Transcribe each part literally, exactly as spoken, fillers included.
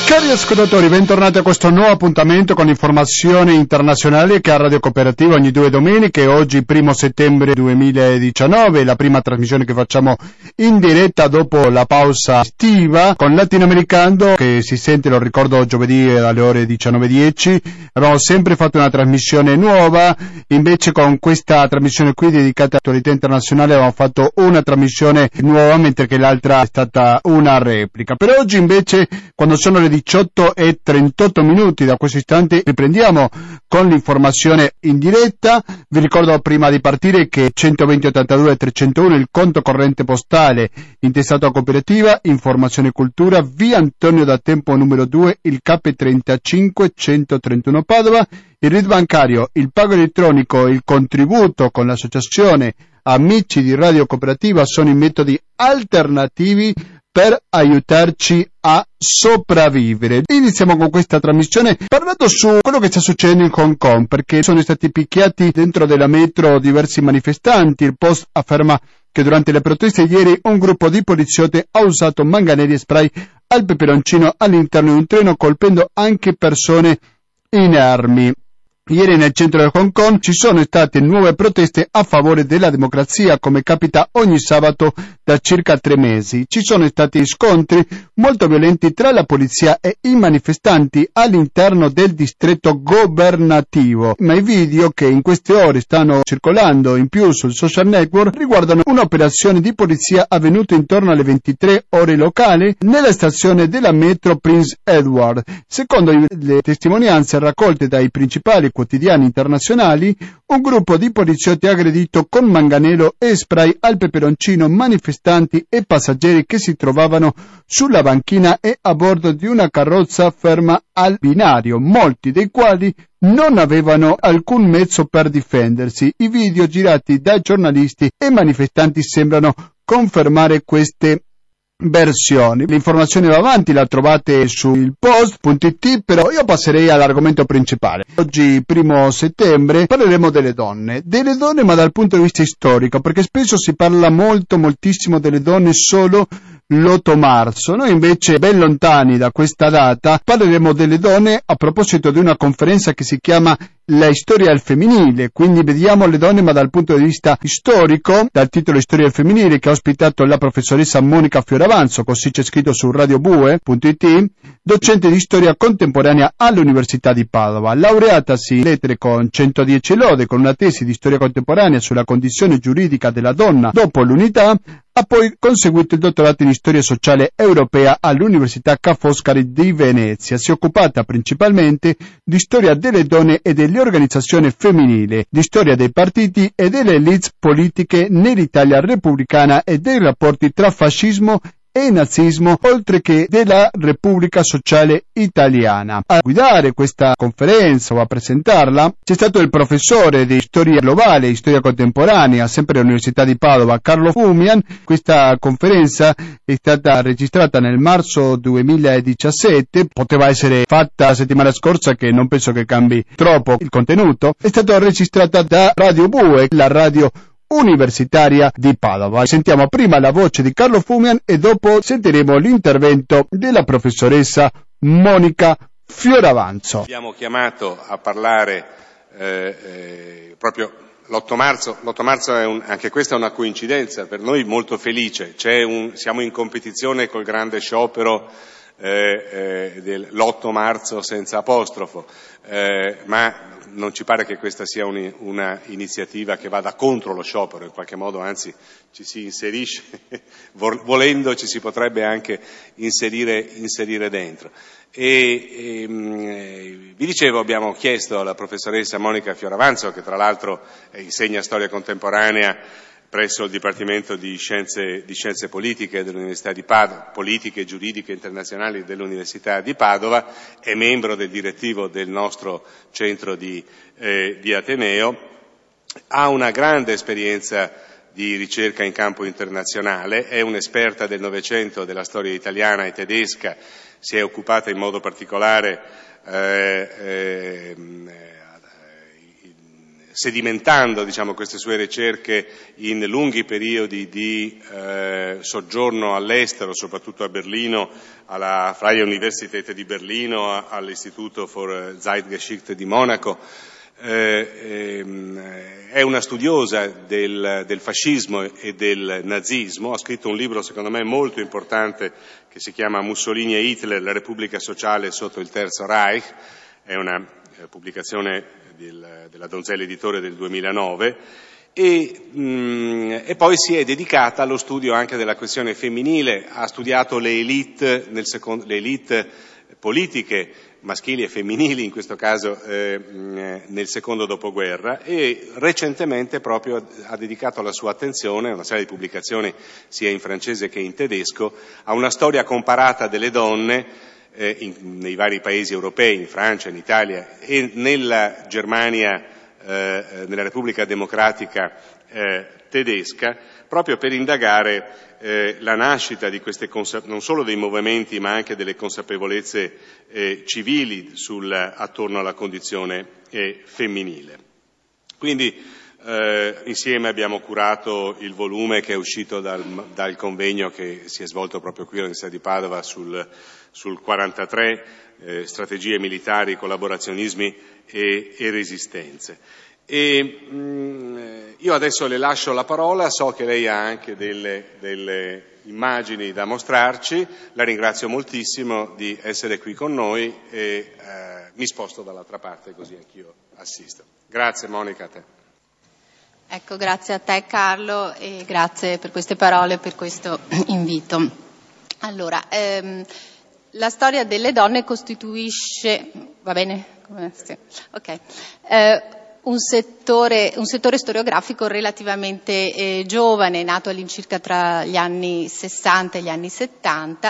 Cari ascoltatori, bentornati a questo nuovo appuntamento con informazione internazionale che ha Radio Cooperativa ogni due domeniche. Oggi primo settembre duemiladiciannove, la prima trasmissione che facciamo in diretta dopo la pausa estiva con Latinoamericano, che si sente, lo ricordo, giovedì alle ore diciannove e dieci. Abbiamo sempre fatto una trasmissione nuova, invece con questa trasmissione qui dedicata all'attualità internazionale abbiamo fatto una trasmissione nuova, mentre che l'altra è stata una replica. Per oggi invece, quando sono le diciotto e trentotto minuti da questo istante, riprendiamo con l'informazione in diretta. Vi ricordo prima di partire che centoventi ottantadue trecentouno il conto corrente postale intestato a Cooperativa Informazione e Cultura, via Antonio da Tempo numero due, il K trentacinque centotrentuno Padova, il R I D bancario, il pago elettronico, il contributo con l'associazione Amici di Radio Cooperativa sono i metodi alternativi per aiutarci a sopravvivere. Iniziamo con questa trasmissione parlando su quello che sta succedendo in Hong Kong, perché sono stati picchiati dentro della metro diversi manifestanti. Il Post afferma che durante le proteste ieri un gruppo di poliziotti ha usato manganelli e spray al peperoncino all'interno di un treno, colpendo anche persone inermi. Ieri nel centro di Hong Kong ci sono state nuove proteste a favore della democrazia, come capita ogni sabato da circa tre mesi. Ci sono stati scontri molto violenti tra la polizia e i manifestanti all'interno del distretto governativo, ma i video che in queste ore stanno circolando in più sul social network riguardano un'operazione di polizia avvenuta intorno alle ventitré ore locali nella stazione della metro Prince Edward. Secondo le testimonianze raccolte dai principali quotidiani internazionali, un gruppo di poliziotti ha aggredito con manganello e spray al peperoncino manifestanti e passeggeri che si trovavano sulla banchina e a bordo di una carrozza ferma al binario, molti dei quali non avevano alcun mezzo per difendersi. I video girati dai giornalisti e manifestanti sembrano confermare queste versioni. L'informazione va avanti, la trovate sul post punto it, però io passerei all'argomento principale. Oggi, primo settembre, parleremo delle donne. Delle donne, ma dal punto di vista storico, perché spesso si parla molto, moltissimo delle donne solo l'otto marzo. Noi invece, ben lontani da questa data, parleremo delle donne a proposito di una conferenza che si chiama La storia del femminile, quindi vediamo le donne ma dal punto di vista storico, dal titolo Storia del femminile, che ha ospitato la professoressa Monica Fioravanzo, così c'è scritto su radiobue punto it, docente di storia contemporanea all'Università di Padova, laureatasi in lettere con centodieci lode, con una tesi di storia contemporanea sulla condizione giuridica della donna dopo l'unità. Ha poi conseguito il dottorato in storia sociale europea all'Università Ca' Foscari di Venezia. Si è occupata principalmente di storia delle donne e delle organizzazioni femminili, di storia dei partiti e delle elite politiche nell'Italia repubblicana e dei rapporti tra fascismo e nazismo, oltre che della Repubblica Sociale Italiana. A guidare questa conferenza o a presentarla c'è stato il professore di storia globale e storia contemporanea, sempre all'Università di Padova, Carlo Fumian. Questa conferenza è stata registrata nel marzo duemiladiciassette, poteva essere fatta la settimana scorsa, che non penso che cambi troppo il contenuto. È stata registrata da Radio Bue, la radio universitaria di Padova. Sentiamo prima la voce di Carlo Fumian e dopo sentiremo l'intervento della professoressa Monica Fioravanzo. Abbiamo chiamato a parlare eh, eh, proprio l'otto marzo. L'otto marzo è un, anche questa è una coincidenza per noi molto felice. C'è un, siamo in competizione col grande sciopero eh, eh, dell'otto marzo senza apostrofo, eh, ma non ci pare che questa sia un, una iniziativa che vada contro lo sciopero, in qualche modo anzi ci si inserisce, volendo ci si potrebbe anche inserire, inserire dentro. E, e vi dicevo, abbiamo chiesto alla professoressa Monica Fioravanzo, che tra l'altro insegna storia contemporanea presso il Dipartimento di Scienze, di Scienze Politiche dell'Università di Padova, Politiche e Giuridiche Internazionali dell'Università di Padova, è membro del direttivo del nostro centro di, eh, di Ateneo, ha una grande esperienza di ricerca in campo internazionale, è un'esperta del Novecento, della storia italiana e tedesca, si è occupata in modo particolare eh, eh, sedimentando, diciamo, queste sue ricerche in lunghi periodi di eh, soggiorno all'estero, soprattutto a Berlino, alla Freie Universität di Berlino, all'Istituto für Zeitgeschichte di Monaco. Eh, ehm, è una studiosa del, del fascismo e del nazismo, ha scritto un libro secondo me molto importante che si chiama Mussolini e Hitler, la Repubblica Sociale sotto il Terzo Reich, è una eh, pubblicazione del, della Donzelli Editore del duemilanove, e, mh, e poi si è dedicata allo studio anche della questione femminile, ha studiato le elite, nel secondo, le elite politiche maschili e femminili, in questo caso eh, nel secondo dopoguerra, e recentemente proprio ha dedicato la sua attenzione, una serie di pubblicazioni sia in francese che in tedesco, a una storia comparata delle donne eh, in, nei vari paesi europei, in Francia, in Italia e nella Germania, eh, nella Repubblica Democratica eh, tedesca, proprio per indagare eh, la nascita di queste consa- non solo dei movimenti ma anche delle consapevolezze eh, civili sul, attorno alla condizione eh, femminile. Quindi eh, insieme abbiamo curato il volume che è uscito dal, dal convegno che si è svolto proprio qui all'Università di Padova sul, sul quarantatré, eh, strategie militari, collaborazionismi e, e resistenze. E mh, io adesso le lascio la parola, so che lei ha anche delle, delle immagini da mostrarci, la ringrazio moltissimo di essere qui con noi e eh, mi sposto dall'altra parte così anch'io assisto. Grazie Monica, a te. Ecco, grazie a te Carlo e grazie per queste parole, per questo invito. Allora, ehm, la storia delle donne costituisce, va bene? Sì. Ok. Eh, Un settore, un settore storiografico relativamente eh, giovane, nato all'incirca tra gli anni sessanta e gli anni settanta,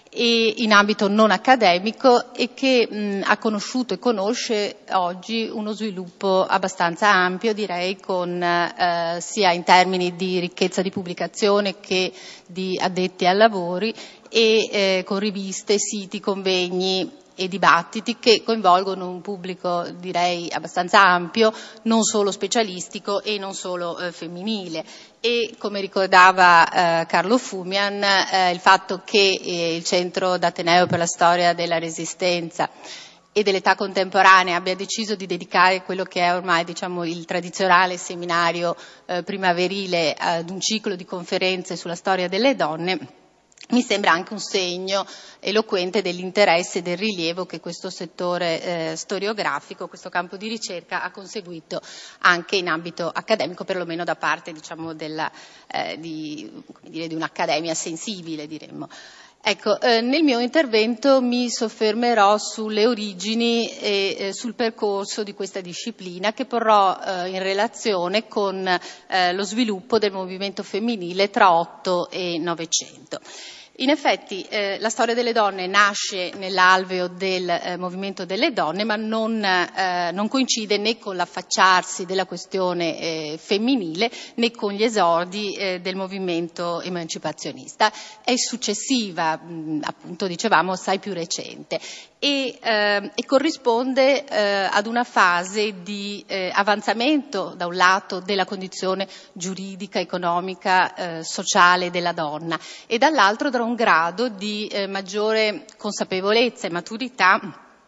e in ambito non accademico, e che mh, ha conosciuto e conosce oggi uno sviluppo abbastanza ampio, direi, con eh, sia in termini di ricchezza di pubblicazione che di addetti ai lavori, e eh, con riviste, siti, convegni e dibattiti che coinvolgono un pubblico, direi, abbastanza ampio, non solo specialistico e non solo eh, femminile. E come ricordava eh, Carlo Fumian, eh, il fatto che eh, il Centro d'Ateneo per la Storia della Resistenza e dell'età contemporanea abbia deciso di dedicare quello che è ormai, diciamo, il tradizionale seminario eh, primaverile ad un ciclo di conferenze sulla storia delle donne, mi sembra anche un segno eloquente dell'interesse e del rilievo che questo settore eh, storiografico, questo campo di ricerca ha conseguito anche in ambito accademico, perlomeno da parte, diciamo, della, eh, di, come dire, di un'accademia sensibile, diremmo. Ecco, eh, nel mio intervento mi soffermerò sulle origini e eh, sul percorso di questa disciplina, che porrò eh, in relazione con eh, lo sviluppo del movimento femminile tra Otto e Novecento. In effetti eh, la storia delle donne nasce nell'alveo del eh, movimento delle donne, ma non, eh, non coincide né con l'affacciarsi della questione eh, femminile né con gli esordi eh, del movimento emancipazionista. È successiva, mh, appunto dicevamo, assai più recente. E, eh, e corrisponde eh, ad una fase di eh, avanzamento, da un lato, della condizione giuridica, economica, eh, sociale della donna, e dall'altro da un grado di eh, maggiore consapevolezza e maturità,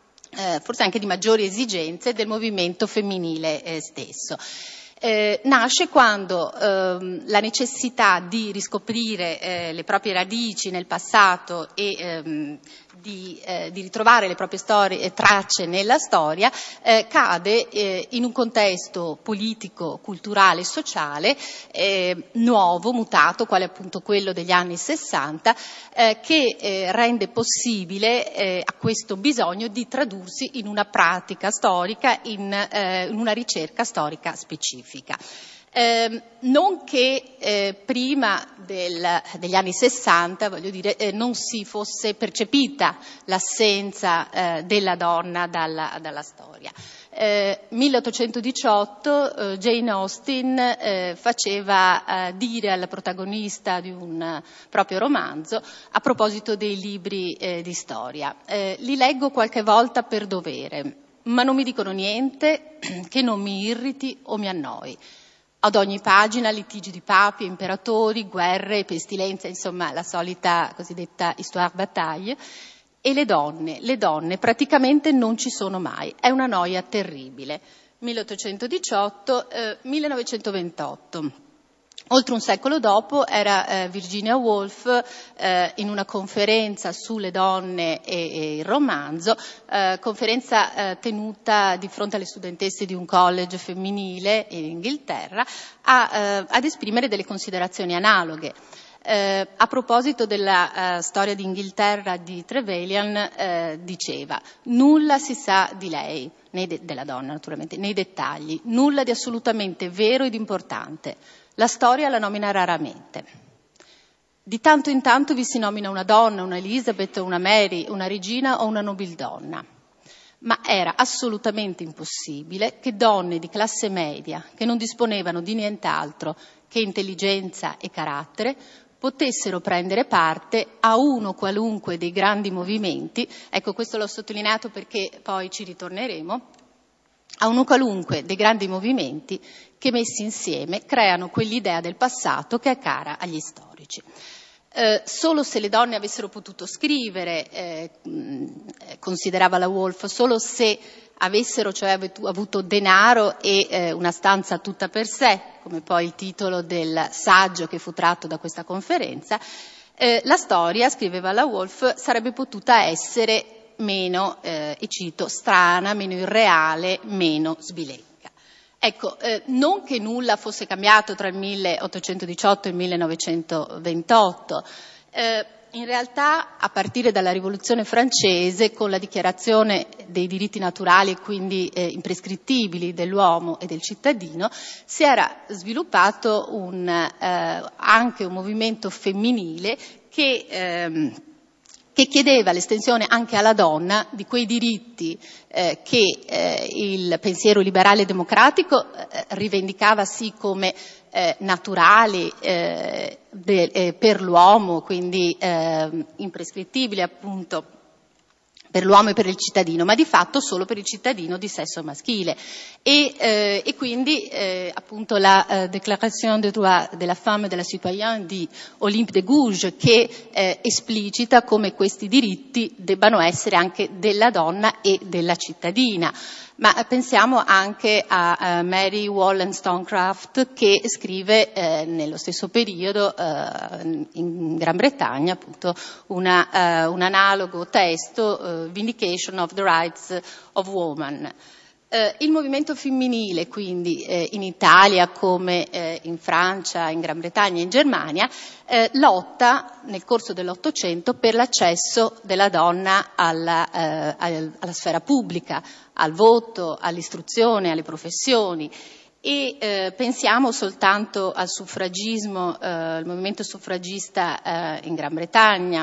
eh, forse anche di maggiori esigenze del movimento femminile eh, stesso. Eh, nasce quando ehm, la necessità di riscoprire eh, le proprie radici nel passato e ehm, di, eh, di ritrovare le proprie storie e tracce nella storia eh, cade eh, in un contesto politico, culturale e sociale eh, nuovo, mutato, quale appunto quello degli anni sessanta, eh, che eh, rende possibile eh, a questo bisogno di tradursi in una pratica storica, in, eh, in una ricerca storica specifica. Eh, non che eh, prima del, degli anni sessanta, voglio dire, eh, non si fosse percepita l'assenza eh, della donna dalla, dalla storia. Eh, milleottocentodiciotto eh, Jane Austen eh, faceva eh, dire alla protagonista di un eh, proprio romanzo a proposito dei libri eh, di storia. Eh, li leggo qualche volta per dovere. ma non mi dicono niente che non mi irriti o mi annoi. Ad ogni pagina litigi di papi, imperatori, guerre, pestilenze, insomma la solita cosiddetta histoire bataille. E le donne, le donne praticamente non ci sono mai, è una noia terribile. milleottocentodiciotto, eh, millenovecentoventotto. Oltre un secolo dopo era eh, Virginia Woolf eh, in una conferenza sulle donne e, e il romanzo, eh, conferenza eh, tenuta di fronte alle studentesse di un college femminile in Inghilterra, a, eh, ad esprimere delle considerazioni analoghe. Eh, a proposito della uh, storia d'Inghilterra di Trevelyan, eh, diceva: nulla si sa di lei, nei de- della donna naturalmente, nei dettagli, nulla di assolutamente vero ed importante. La storia la nomina raramente. Di tanto in tanto vi si nomina una donna, una Elizabeth, una Mary, una regina o una nobildonna. Ma era assolutamente impossibile che donne di classe media, che non disponevano di nient'altro che intelligenza e carattere, potessero prendere parte a uno qualunque dei grandi movimenti, ecco questo l'ho sottolineato perché poi ci ritorneremo, a uno qualunque dei grandi movimenti che messi insieme creano quell'idea del passato che è cara agli storici. Eh, solo se le donne avessero potuto scrivere, eh, considerava la Woolf, solo se avessero cioè avuto denaro e eh, una stanza tutta per sé, come poi il titolo del saggio che fu tratto da questa conferenza, eh, la storia, scriveva la Woolf, sarebbe potuta essere meno, eh, e cito, strana, meno irreale, meno sbilenca. Ecco, eh, non che nulla fosse cambiato tra il milleottocentodiciotto e il millenovecentoventotto, eh, in realtà a partire dalla Rivoluzione francese, con la dichiarazione dei diritti naturali e quindi eh, imprescrittibili dell'uomo e del cittadino, si era sviluppato un, eh, anche un movimento femminile che ehm, che chiedeva l'estensione anche alla donna di quei diritti eh, che eh, il pensiero liberale e democratico eh, rivendicava sì come eh, naturali eh, de, eh, per l'uomo, quindi eh, imprescrittibili appunto per l'uomo e per il cittadino, ma di fatto solo per il cittadino di sesso maschile. E, eh, e quindi eh, appunto la eh, Déclaration des droits de la femme et de la citoyenne di Olympe de Gouges, che eh, esplicita come questi diritti debbano essere anche della donna e della cittadina. Ma pensiamo anche a, a Mary Wollstonecraft, che scrive eh, nello stesso periodo eh, in Gran Bretagna appunto una, eh, un analogo testo, eh, Vindication of the Rights of Woman. Eh, il movimento femminile, quindi, eh, in Italia come eh, in Francia, in Gran Bretagna e in Germania, eh, lotta nel corso dell'Ottocento per l'accesso della donna alla, eh, alla sfera pubblica, al voto, all'istruzione, alle professioni. E eh, pensiamo soltanto al suffragismo, eh, al movimento suffragista eh, in Gran Bretagna,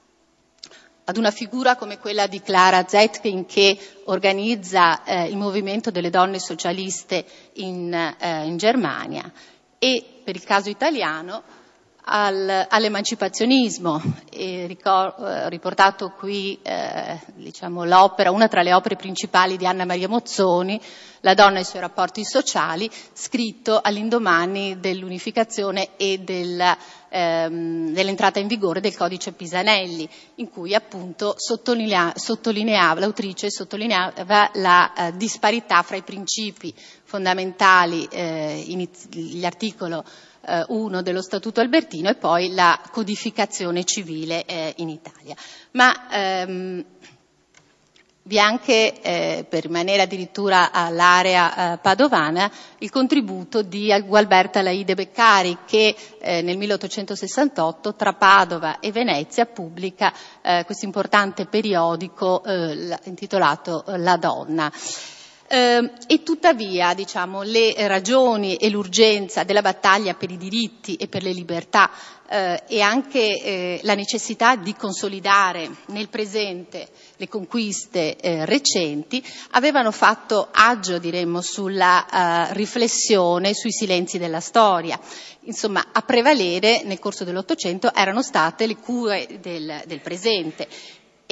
ad una figura come quella di Clara Zetkin, che organizza eh, il movimento delle donne socialiste in, eh, in Germania, e per il caso italiano al, all'emancipazionismo. E ricor- eh, riportato qui eh, diciamo, l'opera, una tra le opere principali di Anna Maria Mozzoni, La donna e i suoi rapporti sociali, scritto all'indomani dell'unificazione e del, ehm, dell'entrata in vigore del codice Pisanelli, in cui appunto sottolinea- sottolineava, l'autrice sottolineava la eh, disparità fra i principi fondamentali, eh, iniz- l'articolo uno dello Statuto Albertino e poi la codificazione civile eh, in Italia. Ma ehm, vi è anche, eh, per rimanere addirittura all'area eh, padovana, il contributo di Gualberta Laide Beccari, che eh, nel milleottocentosessantotto tra Padova e Venezia pubblica eh, questo importante periodico eh, intitolato La Donna. Eh, e tuttavia, diciamo, le ragioni e l'urgenza della battaglia per i diritti e per le libertà eh, e anche eh, la necessità di consolidare nel presente le conquiste eh, recenti avevano fatto aggio, diremmo, sulla eh, riflessione sui silenzi della storia. Insomma, a prevalere nel corso dell'Ottocento erano state le cure del, del presente.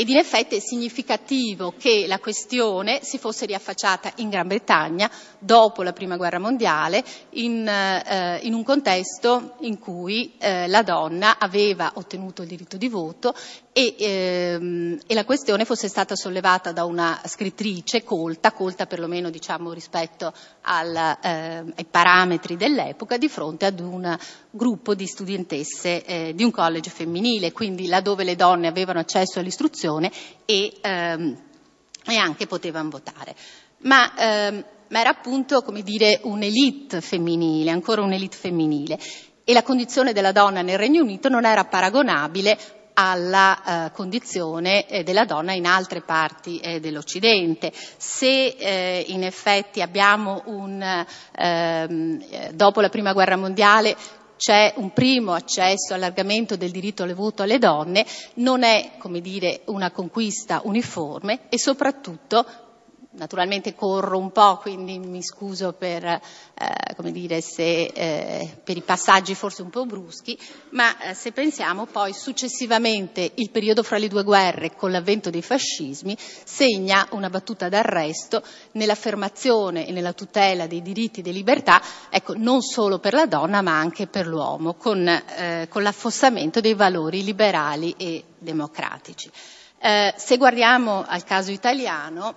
Ed in effetti è significativo che la questione si fosse riaffacciata in Gran Bretagna dopo la Prima Guerra Mondiale, in, eh, in un contesto in cui eh, la donna aveva ottenuto il diritto di voto e, ehm, e la questione fosse stata sollevata da una scrittrice colta, colta perlomeno diciamo rispetto al, eh, ai parametri dell'epoca, di fronte ad un gruppo di studentesse eh, di un college femminile, quindi laddove le donne avevano accesso all'istruzione e, ehm, e anche potevano votare. Ma, ehm, ma era appunto, come dire, un'elite femminile, ancora un'elite femminile, e la condizione della donna nel Regno Unito non era paragonabile alla eh, condizione eh, della donna in altre parti eh, dell'Occidente. Se eh, in effetti abbiamo un, ehm, dopo la Prima Guerra Mondiale c'è un primo accesso, allargamento del diritto al voto alle donne, non è, come dire, una conquista uniforme e soprattutto, naturalmente corro un po', quindi mi scuso per, eh, come dire, se, eh, per i passaggi forse un po' bruschi, ma eh, se pensiamo poi successivamente il periodo fra le due guerre con l'avvento dei fascismi segna una battuta d'arresto nell'affermazione e nella tutela dei diritti e delle libertà, ecco, non solo per la donna ma anche per l'uomo, con, eh, con l'affossamento dei valori liberali e democratici. Eh, se guardiamo al caso italiano,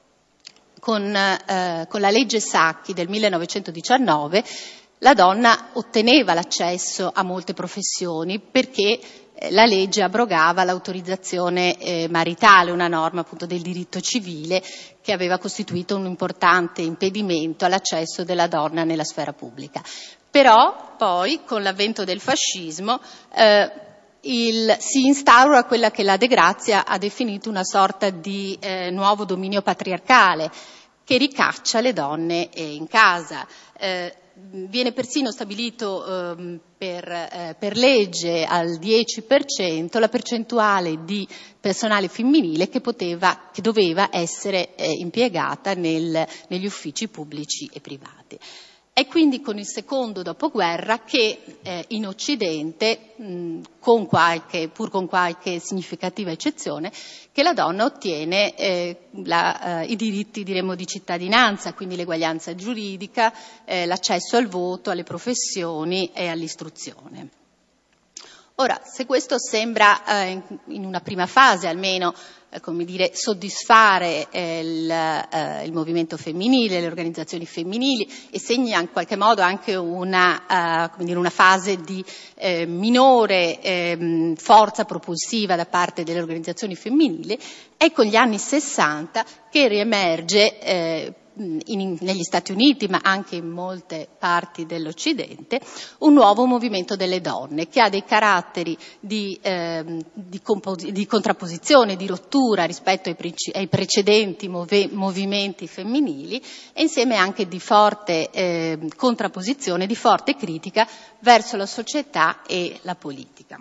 Con, eh, con la legge Sacchi del millenovecentodiciannove la donna otteneva l'accesso a molte professioni perché eh, la legge abrogava l'autorizzazione eh, maritale, una norma appunto del diritto civile che aveva costituito un importante impedimento all'accesso della donna nella sfera pubblica. Però poi con l'avvento del fascismo eh, Il, si instaura quella che la De Grazia ha definito una sorta di eh, nuovo dominio patriarcale che ricaccia le donne eh, in casa. Eh, viene persino stabilito eh, per, eh, per legge al dieci per cento la percentuale di personale femminile che, poteva, che doveva essere eh, impiegata nel, negli uffici pubblici e privati. È quindi con il secondo dopoguerra che eh, in Occidente, mh, con qualche, pur con qualche significativa eccezione, che la donna ottiene eh, la, eh, i diritti, diremo, di cittadinanza, quindi l'eguaglianza giuridica, eh, l'accesso al voto, alle professioni e all'istruzione. Ora, se questo sembra eh, in una prima fase almeno eh, come dire, soddisfare eh, il, eh, il movimento femminile, le organizzazioni femminili e segna in qualche modo anche una, eh, come dire, una fase di eh, minore eh, forza propulsiva da parte delle organizzazioni femminili, è con gli anni sessanta che riemerge eh, In, negli Stati Uniti, ma anche in molte parti dell'Occidente, un nuovo movimento delle donne che ha dei caratteri di, eh, di, compos- di contrapposizione, di rottura rispetto ai, pre- ai precedenti move- movimenti femminili e insieme anche di forte eh, contrapposizione, di forte critica verso la società e la politica.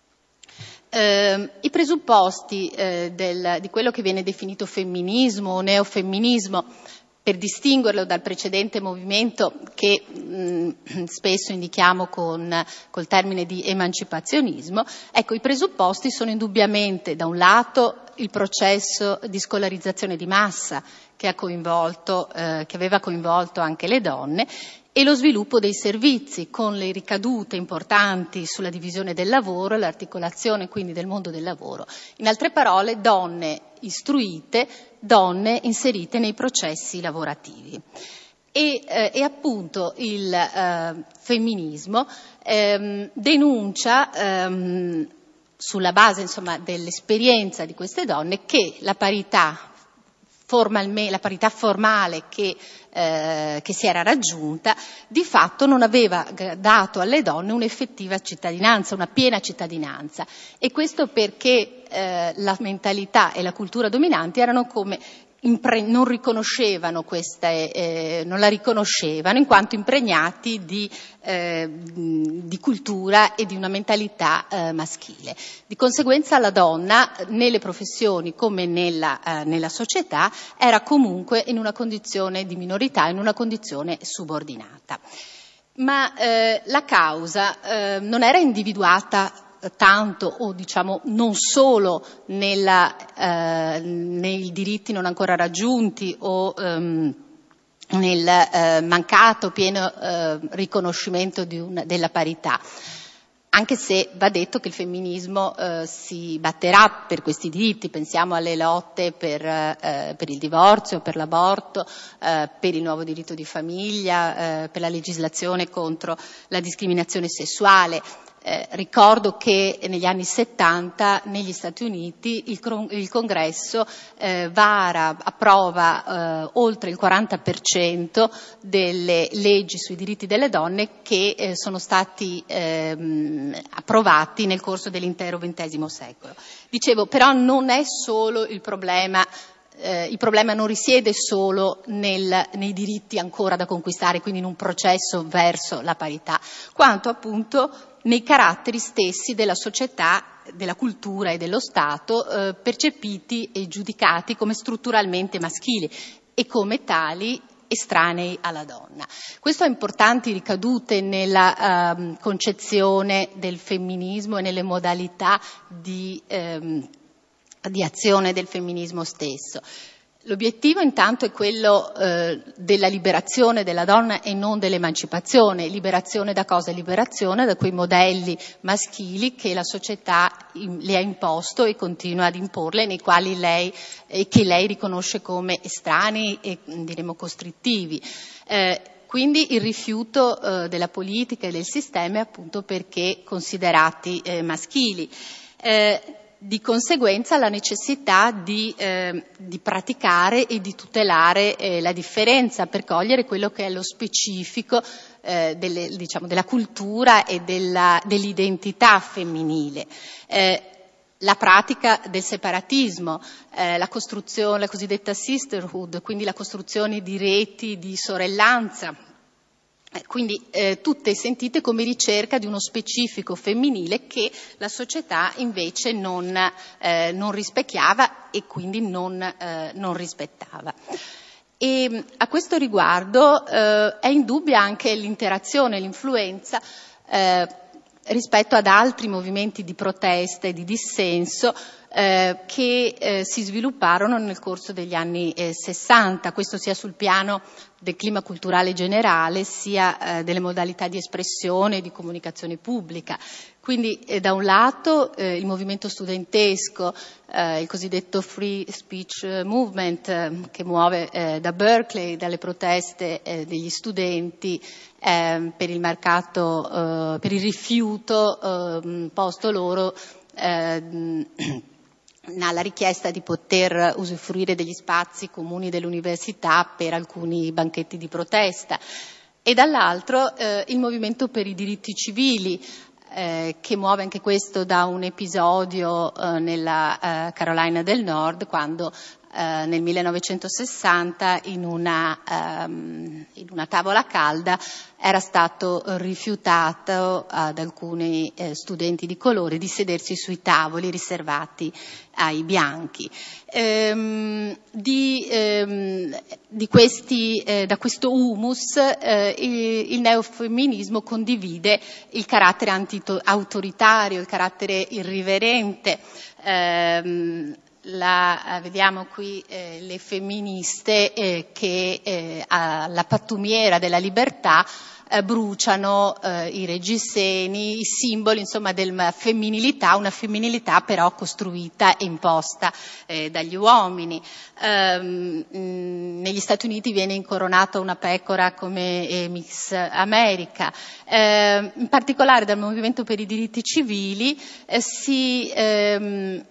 Eh, I presupposti eh, del, di quello che viene definito femminismo o neofemminismo, per distinguerlo dal precedente movimento che mh, spesso indichiamo con col termine di emancipazionismo, ecco, i presupposti sono indubbiamente da un lato il processo di scolarizzazione di massa che ha coinvolto, eh, che aveva coinvolto anche le donne, e lo sviluppo dei servizi con le ricadute importanti sulla divisione del lavoro e l'articolazione quindi del mondo del lavoro. In altre parole, donne istruite, donne inserite nei processi lavorativi. E, eh, e appunto il eh, femminismo ehm, denuncia ehm, sulla base insomma dell'esperienza di queste donne che la parità Formalme, la parità formale che, eh, che si era raggiunta di fatto non aveva dato alle donne un'effettiva cittadinanza, una piena cittadinanza, e questo perché eh, la mentalità e la cultura dominanti erano come impre- non riconoscevano queste, eh, non la riconoscevano in quanto impregnati di, eh, di cultura e di una mentalità eh, maschile. Di conseguenza la donna nelle professioni come nella, eh, nella società era comunque in una condizione di minorità, in una condizione subordinata. Ma eh, la causa eh, non era individuata tanto o diciamo non solo nella, eh, nei diritti non ancora raggiunti o ehm, nel eh, mancato pieno eh, riconoscimento di una, della parità. Anche se va detto che il femminismo eh, si batterà per questi diritti, pensiamo alle lotte per, eh, per il divorzio, per l'aborto, eh, per il nuovo diritto di famiglia, eh, per la legislazione contro la discriminazione sessuale. Eh, ricordo che negli anni settanta negli Stati Uniti il, il Congresso eh, vara, approva eh, oltre il quaranta per cento delle leggi sui diritti delle donne che eh, sono stati ehm, approvati nel corso dell'intero ventesimo secolo. Dicevo, però non è solo il problema Eh, il problema non risiede solo nel, nei diritti ancora da conquistare, quindi in un processo verso la parità, quanto appunto nei caratteri stessi della società, della cultura e dello Stato eh, percepiti e giudicati come strutturalmente maschili e come tali estranei alla donna. Questo ha importanti ricadute nella eh, concezione del femminismo e nelle modalità di ehm, di azione del femminismo stesso. L'obiettivo intanto è quello eh, della liberazione della donna e non dell'emancipazione. Liberazione da cosa? Liberazione da quei modelli maschili che la società in, le ha imposto e continua ad imporle, nei quali lei, eh, che lei riconosce come estranei e diremo costrittivi. Eh, Quindi il rifiuto eh, della politica e del sistema è appunto perché considerati eh, maschili. Eh, Di conseguenza la necessità di, eh, di praticare e di tutelare eh, la differenza per cogliere quello che è lo specifico eh, delle, diciamo, della cultura e della, dell'identità femminile. Eh, la pratica del separatismo, eh, la costruzione, la cosiddetta sisterhood, quindi la costruzione di reti di sorellanza. Quindi eh, tutte sentite come ricerca di uno specifico femminile che la società invece non, eh, non rispecchiava e quindi non, eh, non rispettava. E a questo riguardo eh, è indubbia anche l'interazione, l'influenza eh, rispetto ad altri movimenti di protesta e di dissenso eh, che eh, si svilupparono nel corso degli anni eh, sessanta, questo sia sul piano del clima culturale generale, sia eh, delle modalità di espressione e di comunicazione pubblica. Quindi eh, da un lato eh, il movimento studentesco, eh, il cosiddetto Free Speech Movement, eh, che muove eh, da Berkeley, dalle proteste eh, degli studenti eh, per il mercato, eh, per il rifiuto eh, posto loro eh, alla richiesta di poter usufruire degli spazi comuni dell'università per alcuni banchetti di protesta, e dall'altro eh, il movimento per i diritti civili, eh, che muove anche questo da un episodio eh, nella eh, Carolina del Nord, quando eh, nel millenovecentosessanta in una, um, in una tavola calda era stato rifiutato ad alcuni eh, studenti di colore di sedersi sui tavoli riservati ai bianchi. Ehm, di, ehm, di questi, eh, da questo humus eh, il, il neofemminismo condivide il carattere anti-autoritario, il carattere irriverente. Ehm, La, vediamo qui eh, le femministe eh, che eh, alla pattumiera della libertà eh, bruciano eh, i reggiseni, i simboli insomma della femminilità, una femminilità però costruita e imposta eh, dagli uomini. Ehm, mh, negli Stati Uniti viene incoronata una pecora come eh, Miss America. Eh, in particolare dal movimento per i diritti civili eh, si ehm,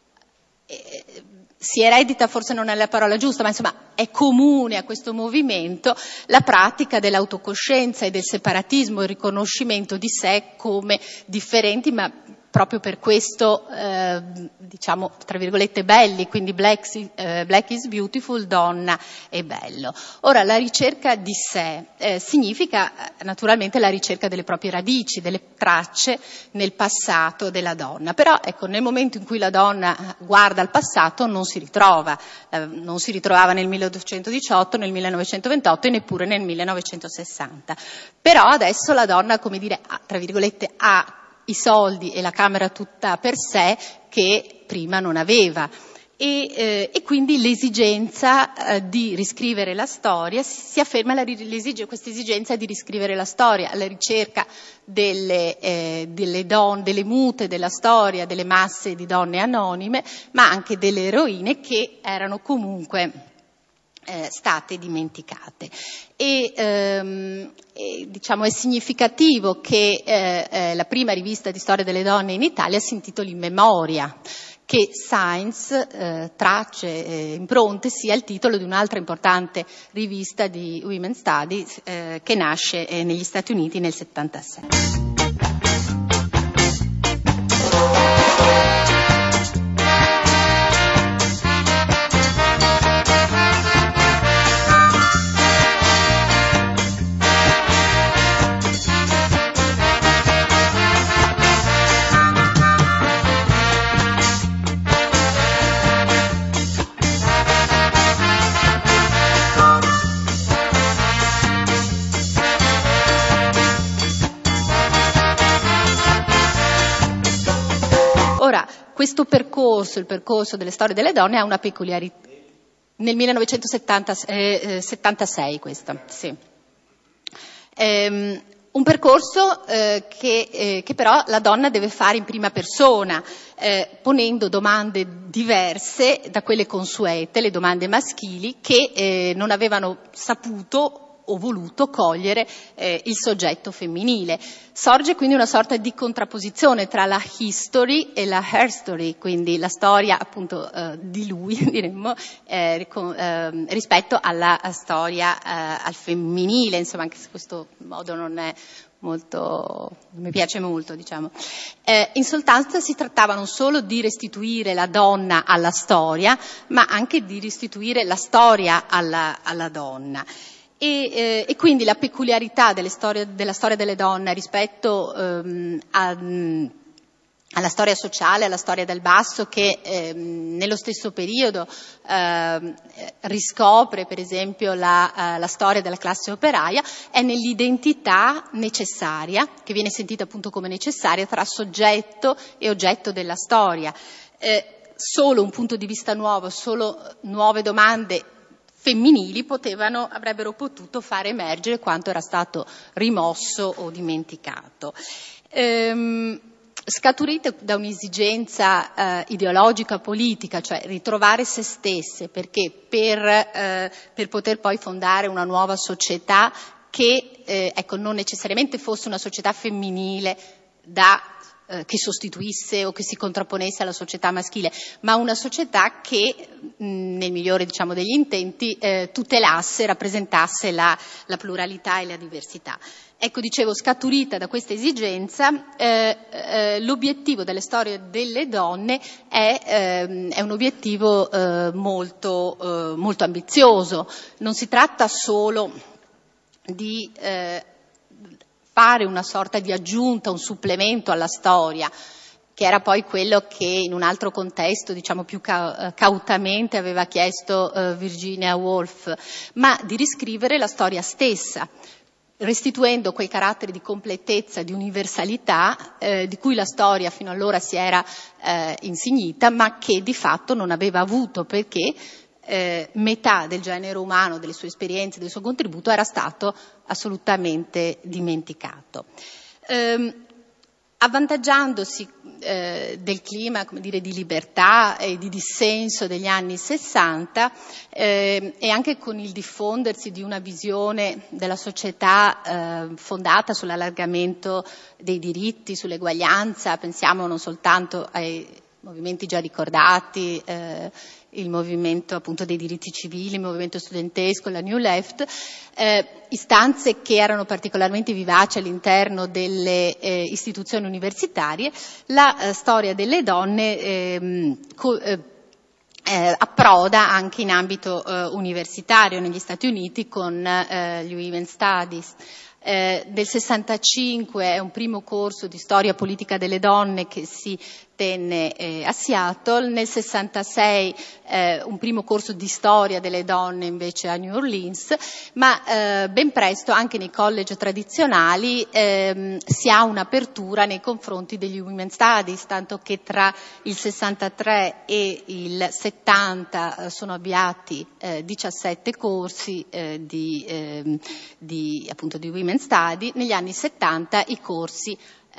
si eredita, forse non è la parola giusta, ma insomma è comune a questo movimento la pratica dell'autocoscienza e del separatismo, il riconoscimento di sé come differenti, ma proprio per questo, eh, diciamo, tra virgolette, belli, quindi black, eh, black is beautiful, donna è bello. Ora, la ricerca di sé eh, significa naturalmente la ricerca delle proprie radici, delle tracce nel passato della donna, però ecco, nel momento in cui la donna guarda al passato non si ritrova, eh, non si ritrovava nel milleottocentodiciotto, nel millenovecentoventotto e neppure nel millenovecentosessanta. Però adesso la donna, come dire, ha, tra virgolette, ha i soldi e la camera tutta per sé che prima non aveva. E, eh, e quindi l'esigenza eh, di riscrivere la storia, si afferma la, questa esigenza di riscrivere la storia alla ricerca delle, eh, delle, don, delle mute della storia, delle masse di donne anonime, ma anche delle eroine che erano comunque eh, state dimenticate. E, ehm, e diciamo è significativo che eh, eh, la prima rivista di storia delle donne in Italia si intitoli Memoria, che Science, eh, tracce, eh, impronte, sia il titolo di un'altra importante rivista di Women's Studies eh, che nasce eh, negli Stati Uniti nel settantasei. Ora, questo percorso, il percorso delle storie delle donne, ha una peculiarità. Nel millenovecentosettantasei questa, sì. Ehm, un percorso eh, che, eh, che però la donna deve fare in prima persona, eh, ponendo domande diverse da quelle consuete, le domande maschili, che eh, non avevano saputo o voluto cogliere eh, il soggetto femminile. Sorge quindi una sorta di contrapposizione tra la history e la herstory, quindi la storia appunto eh, di lui, diremmo, eh, con, eh, rispetto alla storia eh, al femminile, insomma, anche se questo modo non è molto, mi piace molto, diciamo. Eh, in sostanza si trattava non solo di restituire la donna alla storia, ma anche di restituire la storia alla, alla donna. E, eh, e quindi la peculiarità delle storie, della storia delle donne rispetto ehm, a, mh, alla storia sociale, alla storia del basso, che ehm, nello stesso periodo ehm, riscopre per esempio la, eh, la storia della classe operaia, è nell'identità necessaria, che viene sentita appunto come necessaria, tra soggetto e oggetto della storia. Eh, solo un punto di vista nuovo, solo nuove domande femminili potevano, avrebbero potuto fare emergere quanto era stato rimosso o dimenticato. Ehm, scaturite da un'esigenza eh, ideologica politica, cioè ritrovare se stesse, perché per, eh, per poter poi fondare una nuova società che eh, ecco, non necessariamente fosse una società femminile da che sostituisse o che si contrapponesse alla società maschile, ma una società che, mh, nel migliore diciamo degli intenti, eh, tutelasse, rappresentasse la, la pluralità e la diversità. Ecco, dicevo, scaturita da questa esigenza, eh, eh, l'obiettivo delle storie delle donne è, eh, è un obiettivo eh, molto, eh, molto ambizioso. Non si tratta solo di eh, fare una sorta di aggiunta, un supplemento alla storia, che era poi quello che in un altro contesto, diciamo più ca- cautamente, aveva chiesto uh, Virginia Woolf, ma di riscrivere la storia stessa, restituendo quel carattere di completezza, di universalità, eh, di cui la storia fino allora si era eh, insignita, ma che di fatto non aveva avuto, perché Eh, metà del genere umano, delle sue esperienze, del suo contributo era stato assolutamente dimenticato. Eh, avvantaggiandosi eh, del clima, come dire, di libertà e di dissenso degli anni sessanta eh, e anche con il diffondersi di una visione della società eh, fondata sull'allargamento dei diritti, sull'eguaglianza, pensiamo non soltanto ai movimenti già ricordati, eh, il movimento appunto dei diritti civili, il movimento studentesco, la New Left, eh, istanze che erano particolarmente vivaci all'interno delle eh, istituzioni universitarie. La eh, storia delle donne eh, co- eh, eh, approda anche in ambito eh, universitario negli Stati Uniti con eh, gli Women's Studies. Eh, del sessantacinque è un primo corso di storia politica delle donne che si tenne eh, a Seattle, nel sessantasei eh, un primo corso di storia delle donne invece a New Orleans, ma eh, ben presto anche nei college tradizionali ehm, si ha un'apertura nei confronti degli Women's Studies, tanto che tra il sessantatré e il settanta eh, sono avviati eh, diciassette corsi eh, di, eh, di, appunto, di Women's Studies. Negli anni settanta i corsi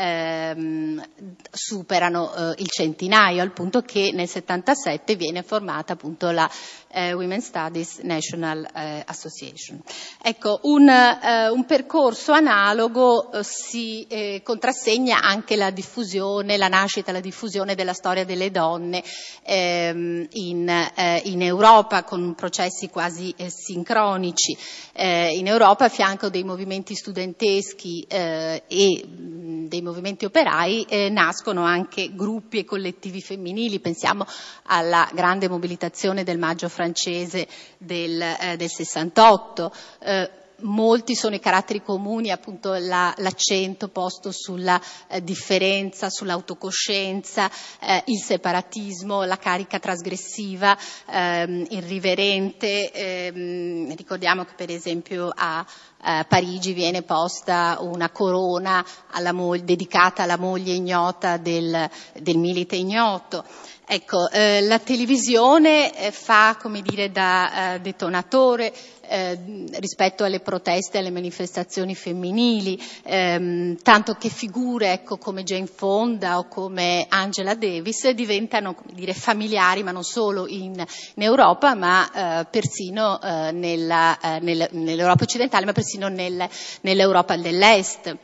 Ehm, superano eh, il centinaio, al punto che nel settantasette viene formata appunto la eh, Women's Studies National eh, Association. Ecco, un, eh, un percorso analogo eh, si eh, contrassegna anche la diffusione, la nascita, la diffusione della storia delle donne ehm, in, eh, in Europa, con processi quasi eh, sincronici. Eh, in Europa, a fianco dei movimenti studenteschi eh, e mh, dei movimenti operai, eh, nascono anche gruppi e collettivi femminili. Pensiamo alla grande mobilitazione del Maggio francese del, eh, del sessantotto. Eh, Molti sono i caratteri comuni, appunto la, l'accento posto sulla eh, differenza, sull'autocoscienza, eh, il separatismo, la carica trasgressiva, ehm, irriverente. Ehm, ricordiamo che per esempio a eh, Parigi viene posta una corona alla mo- dedicata alla moglie ignota del, del milite ignoto. Ecco, eh, la televisione eh, fa, come dire, da eh, detonatore eh, rispetto alle proteste, alle manifestazioni femminili, ehm, tanto che figure, ecco, come Jane Fonda o come Angela Davis diventano, come dire, familiari, ma non solo in, in Europa, ma eh, persino eh, nella, eh, nel, nell'Europa occidentale, ma persino nel, nell'Europa dell'Est.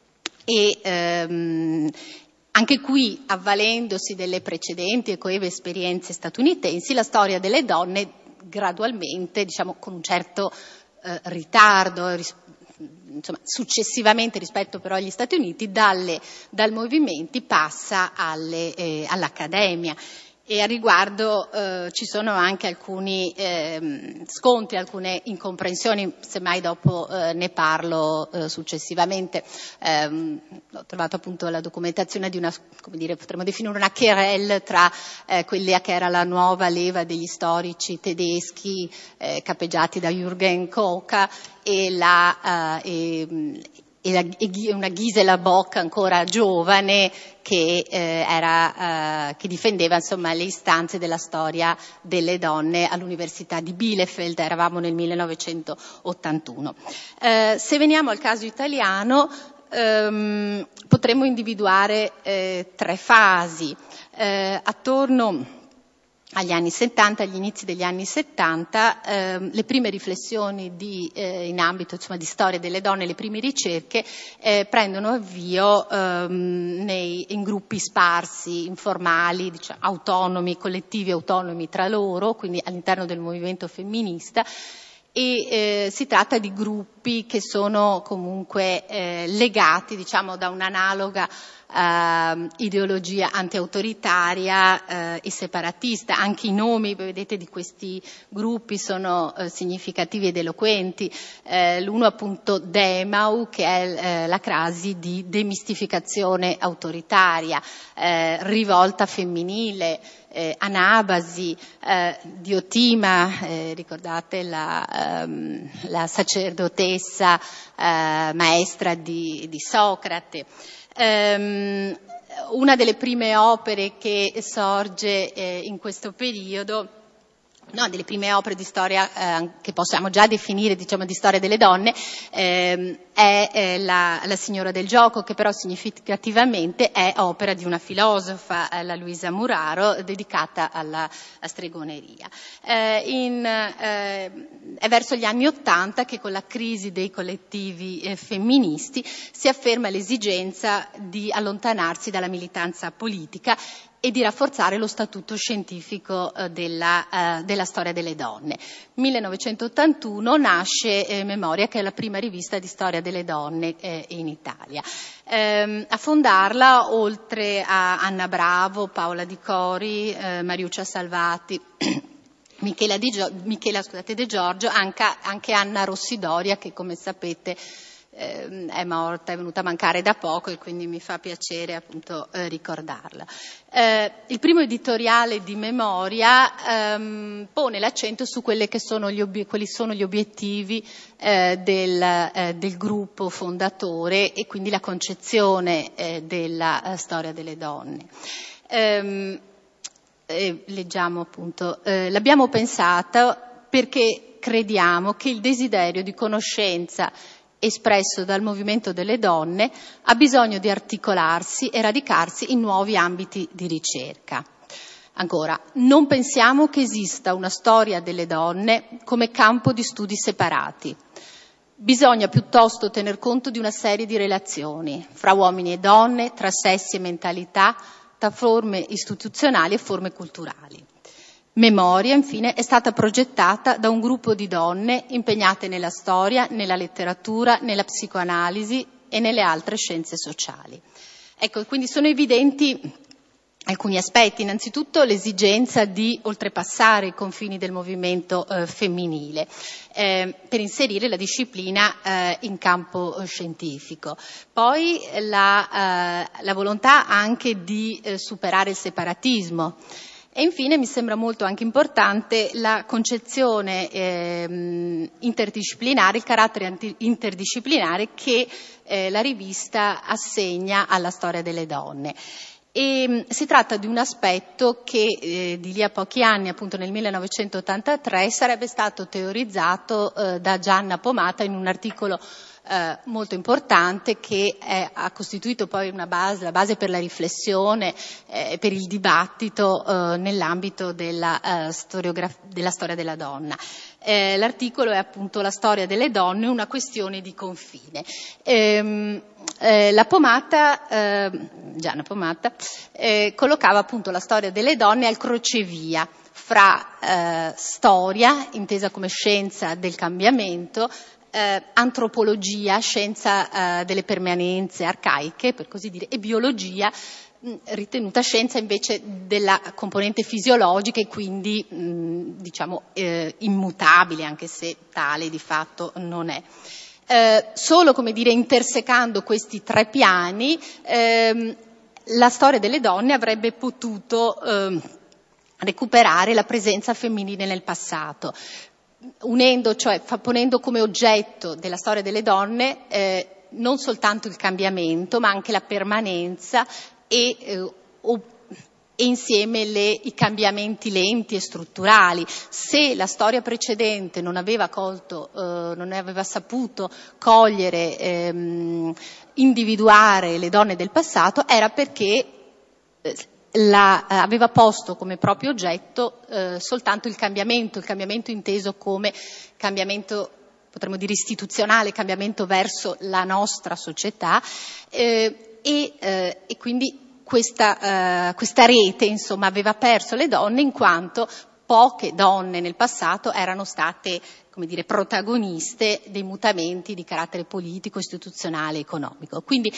E ehm, Anche qui, avvalendosi delle precedenti e coeve esperienze statunitensi, la storia delle donne gradualmente, diciamo con un certo eh, ritardo, ris- insomma, successivamente rispetto però agli Stati Uniti, dalle, dal movimenti passa alle, eh, all'accademia. E a riguardo eh, ci sono anche alcuni eh, scontri, alcune incomprensioni, semmai dopo eh, ne parlo eh, successivamente. Eh, ho trovato appunto la documentazione di una, come dire, potremmo definire una querelle tra eh, quella che era la nuova leva degli storici tedeschi eh, capeggiati da Jürgen Koka e la eh, e, e, la, e una Gisela Bock ancora giovane che eh, era eh, che difendeva insomma le istanze della storia delle donne all'Università di Bielefeld. Eravamo nel millenovecentottantuno. Eh, se veniamo al caso italiano, ehm, potremmo individuare eh, tre fasi. Eh, attorno agli anni settanta, agli inizi degli anni settanta, ehm, le prime riflessioni di, eh, in ambito insomma, di storia delle donne, le prime ricerche eh, prendono avvio ehm, nei, in gruppi sparsi, informali, diciamo, autonomi, collettivi autonomi tra loro, quindi all'interno del movimento femminista, e eh, si tratta di gruppi che sono comunque eh, legati, diciamo, da un'analoga Uh, ideologia anti-autoritaria uh, e separatista. Anche i nomi, vedete, di questi gruppi sono uh, significativi ed eloquenti. Uh, l'uno appunto Demau, che è uh, la crasi di demistificazione autoritaria, uh, rivolta femminile, eh, Anabasi, eh, Diotima, eh, ricordate la, um, la sacerdotessa eh, maestra di, di Socrate. Um, una delle prime opere che sorge eh, in questo periodo, no, delle prime opere di storia eh, che possiamo già definire, diciamo, di storia delle donne, ehm, è eh, la, la Signora del gioco, che però significativamente è opera di una filosofa, eh, la Luisa Muraro, dedicata alla, alla stregoneria. Eh, in, eh, è verso gli anni Ottanta che con la crisi dei collettivi eh, femministi si afferma l'esigenza di allontanarsi dalla militanza politica e di rafforzare lo statuto scientifico eh, della, eh, della storia delle donne. millenovecentottantuno nasce eh, Memoria, che è la prima rivista di storia delle donne eh, in Italia. Ehm, a fondarla, oltre a Anna Bravo, Paola Di Cori, eh, Mariuccia Salvati, Michela, Di Gio- Michela scusate, De Giorgio, anche, anche Anna Rossidoria, che come sapete eh, è morta, è venuta a mancare da poco e quindi mi fa piacere appunto eh, ricordarla. Eh, il primo editoriale di Memoria ehm, pone l'accento su quelle che sono gli ob- quelli sono gli obiettivi eh, del, eh, del gruppo fondatore e quindi la concezione eh, della eh, storia delle donne. Ehm, eh, leggiamo appunto, eh, l'abbiamo pensata perché crediamo che il desiderio di conoscenza espresso dal movimento delle donne ha bisogno di articolarsi e radicarsi in nuovi ambiti di ricerca. Ancora, non pensiamo che esista una storia delle donne come campo di studi separati. Bisogna piuttosto tener conto di una serie di relazioni fra uomini e donne, tra sessi e mentalità, tra forme istituzionali e forme culturali. Memoria, infine, è stata progettata da un gruppo di donne impegnate nella storia, nella letteratura, nella psicoanalisi e nelle altre scienze sociali. Ecco, quindi sono evidenti alcuni aspetti. Innanzitutto l'esigenza di oltrepassare i confini del movimento eh, femminile eh, per inserire la disciplina eh, in campo eh, scientifico. Poi la, eh, la volontà anche di eh, superare il separatismo. E infine mi sembra molto anche importante la concezione eh, interdisciplinare, il carattere anti- interdisciplinare che eh, la rivista assegna alla storia delle donne. E si tratta di un aspetto che eh, di lì a pochi anni, appunto nel millenovecentottantatré, sarebbe stato teorizzato eh, da Gianna Pomata in un articolo eh, molto importante che è, ha costituito poi una base, la base per la riflessione, eh, per il dibattito eh, nell'ambito della, eh, storiograf- della storia della donna. Eh, l'articolo è appunto La storia delle donne, una questione di confine. Ehm, eh, la Pomata, eh, Gianna Pomata, eh, collocava appunto la storia delle donne al crocevia fra eh, storia, intesa come scienza del cambiamento, eh, antropologia, scienza eh, delle permanenze arcaiche, per così dire, e biologia, ritenuta scienza invece della componente fisiologica e quindi mh, diciamo eh, immutabile, anche se tale di fatto non è. Eh, solo, come dire, intersecando questi tre piani, ehm, la storia delle donne avrebbe potuto ehm, recuperare la presenza femminile nel passato, unendo, cioè ponendo come oggetto della storia delle donne eh, non soltanto il cambiamento, ma anche la permanenza e, eh, o, e insieme le, i cambiamenti lenti e strutturali. Se la storia precedente non aveva colto, eh, non aveva saputo cogliere, ehm, individuare le donne del passato, era perché eh, La, eh, aveva posto come proprio oggetto eh, soltanto il cambiamento, il cambiamento inteso come cambiamento, potremmo dire istituzionale, cambiamento verso la nostra società eh, e, eh, e quindi questa, eh, questa rete insomma aveva perso le donne in quanto poche donne nel passato erano state, come dire, protagoniste dei mutamenti di carattere politico, istituzionale, economico. Quindi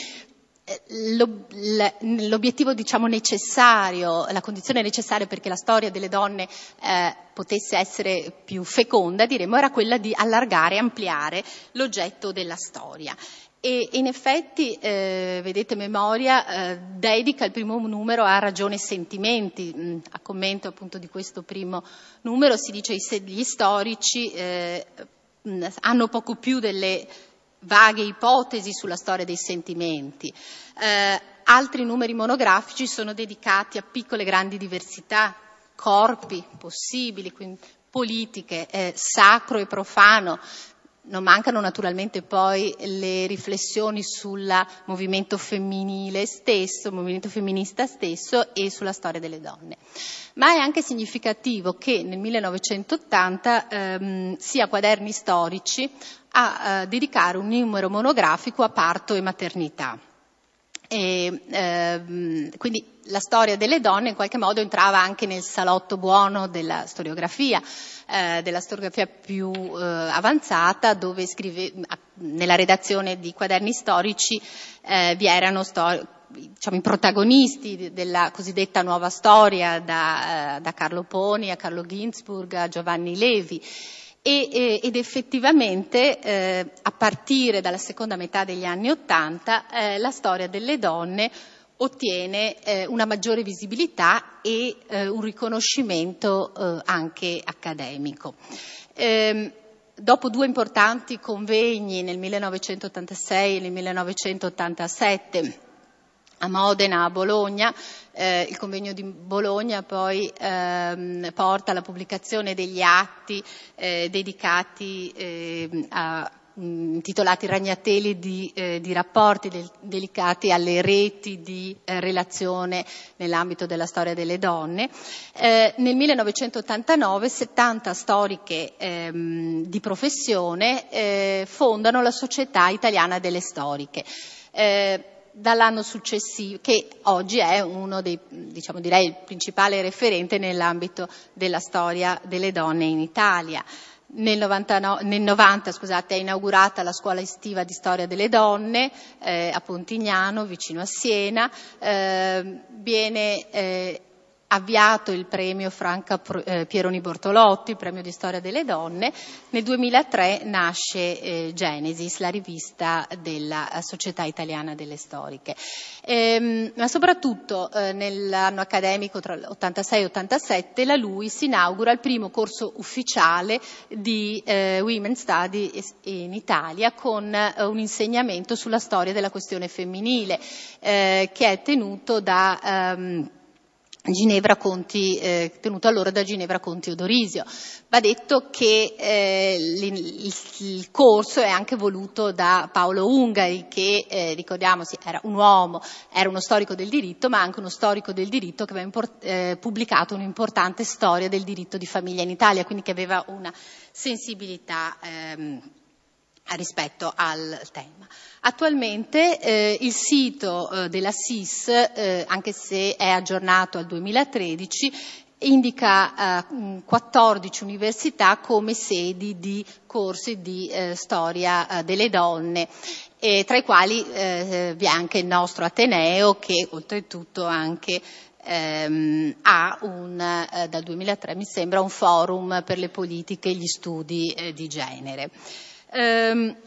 l'obiettivo diciamo necessario, la condizione necessaria perché la storia delle donne eh, potesse essere più feconda, diremmo, era quella di allargare, ampliare l'oggetto della storia. E in effetti, eh, vedete, Memoria eh, dedica il primo numero a Ragione e Sentimenti. Mh, a commento appunto di questo primo numero si dice che gli storici eh, mh, hanno poco più delle vaghe ipotesi sulla storia dei sentimenti. Eh, altri numeri monografici sono dedicati a piccole e grandi diversità, corpi possibili, quindi politiche, eh, sacro e profano. Non mancano naturalmente poi le riflessioni sul movimento femminile stesso, il movimento femminista stesso e sulla storia delle donne. Ma è anche significativo che nel millenovecentottanta ehm, sia Quaderni Storici a eh, dedicare un numero monografico a parto e maternità. E, ehm, quindi la storia delle donne in qualche modo entrava anche nel salotto buono della storiografia, eh, della storiografia più eh, avanzata, dove scrive, nella redazione di Quaderni Storici eh, vi erano stor- diciamo, i protagonisti della cosiddetta nuova storia, da, eh, da Carlo Poni a Carlo Ginzburg a Giovanni Levi. e, e, ed effettivamente eh, a partire dalla seconda metà degli anni Ottanta eh, la storia delle donne ottiene eh, una maggiore visibilità e eh, un riconoscimento eh, anche accademico. Ehm, dopo due importanti convegni nel millenovecentottantasei e nel millenovecentottantasette a Modena, a Bologna, eh, il convegno di Bologna poi ehm, porta alla pubblicazione degli atti eh, dedicati eh, a intitolati Ragnateli di, eh, di rapporti del, dedicati alle reti di eh, relazione nell'ambito della storia delle donne. Eh, nel millenovecentottantanove settanta storiche ehm, di professione eh, fondano la Società Italiana delle Storiche. Eh, dall'anno successivo, che oggi è uno dei, diciamo, direi il principale referente nell'ambito della storia delle donne in Italia. Nel, novantanove, nel novanta scusate, è inaugurata la scuola estiva di storia delle donne eh, a Pontignano, vicino a Siena. Eh, viene eh, avviato il premio Franca eh, Pieroni Bortolotti, il premio di storia delle donne. Nel duemilatré nasce eh, Genesis, la rivista della Società Italiana delle Storiche. Ehm, ma soprattutto eh, nell'anno accademico tra l'ottantasei e ottantasette la LUISS inaugura il primo corso ufficiale di eh, Women's Studies in Italia con eh, un insegnamento sulla storia della questione femminile eh, che è tenuto da ehm, Ginevra Conti, eh, tenuto allora da Ginevra Conti Odorisio. Va detto che eh, il, il corso è anche voluto da Paolo Ungari, che eh, ricordiamoci era un uomo, era uno storico del diritto, ma anche uno storico del diritto che aveva import- eh, pubblicato un'importante storia del diritto di famiglia in Italia, quindi che aveva una sensibilità ehm, rispetto al tema. Attualmente eh, il sito eh, della S I S, eh, anche se è aggiornato al duemilatredici, indica eh, quattordici università come sedi di corsi di eh, storia eh, delle donne, e tra i quali eh, vi è anche il nostro Ateneo, che oltretutto anche ehm, ha un, eh, dal duemilatré mi sembra, un forum per le politiche e gli studi eh, di genere. Um,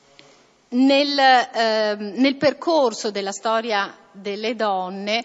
nel, uh, nel percorso della storia delle donne,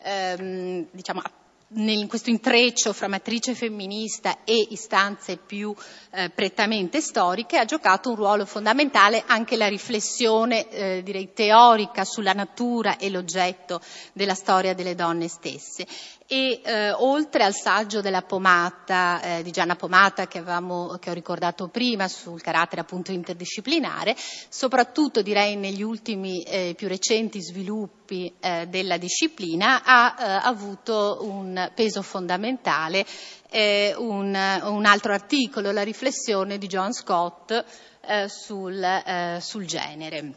um, diciamo, in questo intreccio fra matrice femminista e istanze più eh, prettamente storiche, ha giocato un ruolo fondamentale anche la riflessione eh, direi teorica sulla natura e l'oggetto della storia delle donne stesse. E eh, oltre al saggio della Pomata, eh, di Gianna Pomata, che, avevamo, che ho ricordato prima, sul carattere appunto interdisciplinare, soprattutto direi negli ultimi eh, più recenti sviluppi eh, della disciplina, ha eh, avuto un peso fondamentale eh, un, un altro articolo, la riflessione di John Scott eh, sul, eh, sul genere.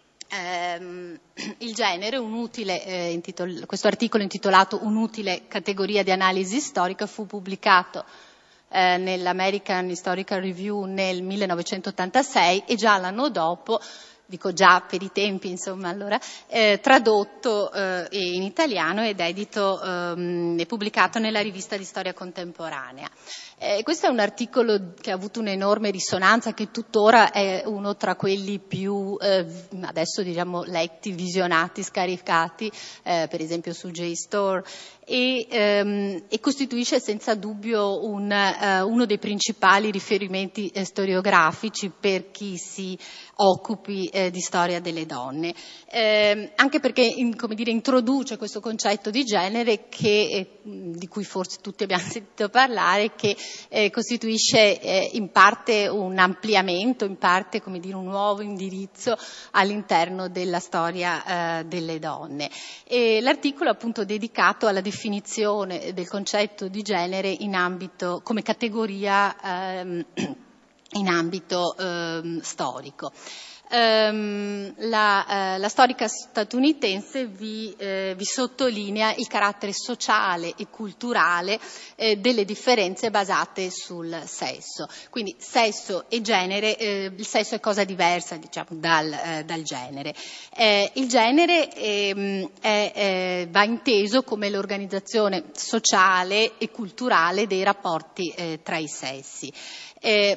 Um, il genere, un utile, eh, intitol- questo articolo intitolato Un'utile categoria di analisi storica fu pubblicato eh, nell'American Historical Review nel millenovecentottantasei e già l'anno dopo, dico già per i tempi insomma allora, eh, tradotto eh, in italiano ed edito ehm, e pubblicato nella rivista di storia contemporanea. Eh, questo è un articolo che ha avuto un'enorme risonanza, che tuttora è uno tra quelli più eh, adesso diciamo letti, visionati, scaricati, eh, per esempio su JSTOR, e, ehm, e costituisce senza dubbio un, eh, uno dei principali riferimenti eh, storiografici per chi si occupi eh, di storia delle donne, eh, anche perché in, come dire, introduce questo concetto di genere che, eh, di cui forse tutti abbiamo sentito parlare, che eh, costituisce eh, in parte un ampliamento, in parte come dire un nuovo indirizzo all'interno della storia eh, delle donne. E l'articolo è appunto dedicato alla definizione del concetto di genere in ambito come categoria ehm, in ambito ehm, storico. Um, la, uh, la storica statunitense vi, eh, vi sottolinea il carattere sociale e culturale eh, delle differenze basate sul sesso. Quindi sesso e genere, eh, il sesso è cosa diversa diciamo, dal, eh, dal genere. Eh, il genere eh, è, eh, va inteso come l'organizzazione sociale e culturale dei rapporti eh, tra i sessi. Eh,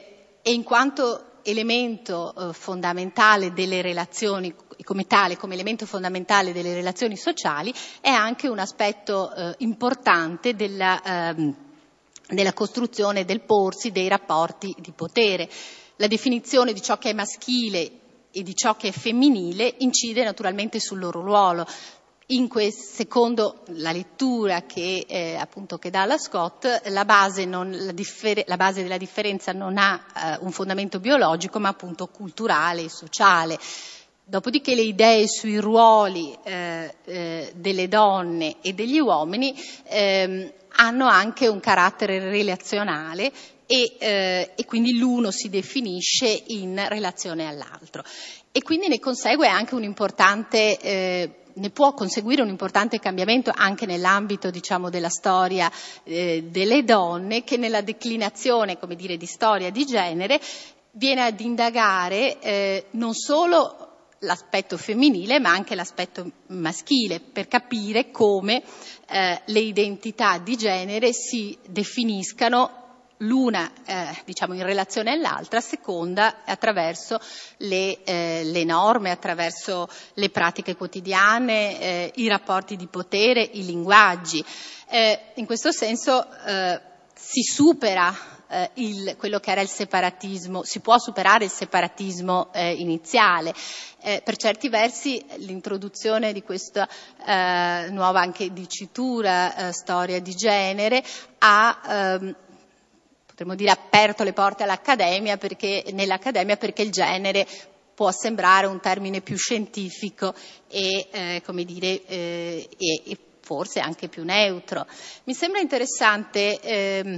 e in quanto elemento eh, fondamentale delle relazioni, come tale, come elemento fondamentale delle relazioni sociali, è anche un aspetto eh, importante della, ehm, della costruzione, del porsi dei rapporti di potere. La definizione di ciò che è maschile e di ciò che è femminile incide naturalmente sul loro ruolo. In questo, secondo la lettura che, eh, appunto, che dà la Scott, la base, non, la, differ- la base della differenza non ha eh, un fondamento biologico, ma appunto culturale e sociale. Dopodiché le idee sui ruoli eh, eh, delle donne e degli uomini ehm, hanno anche un carattere relazionale e, eh, e quindi l'uno si definisce in relazione all'altro. E quindi ne consegue anche un importante... Eh, ne può conseguire un importante cambiamento anche nell'ambito, diciamo, della storia eh, delle donne, che nella declinazione, come dire, di storia di genere viene ad indagare eh, non solo l'aspetto femminile ma anche l'aspetto maschile, per capire come eh, le identità di genere si definiscano l'una eh, diciamo in relazione all'altra, a seconda attraverso le, eh, le norme, attraverso le pratiche quotidiane, eh, i rapporti di potere, i linguaggi. Eh, in questo senso eh, si supera eh, il, quello che era il separatismo, si può superare il separatismo eh, iniziale. Eh, per certi versi l'introduzione di questa eh, nuova anche dicitura, eh, storia di genere, ha ehm, potremmo dire aperto le porte all'accademia, perché nell'accademia perché il genere può sembrare un termine più scientifico e eh, come dire eh, e, e forse anche più neutro. Mi sembra interessante ehm,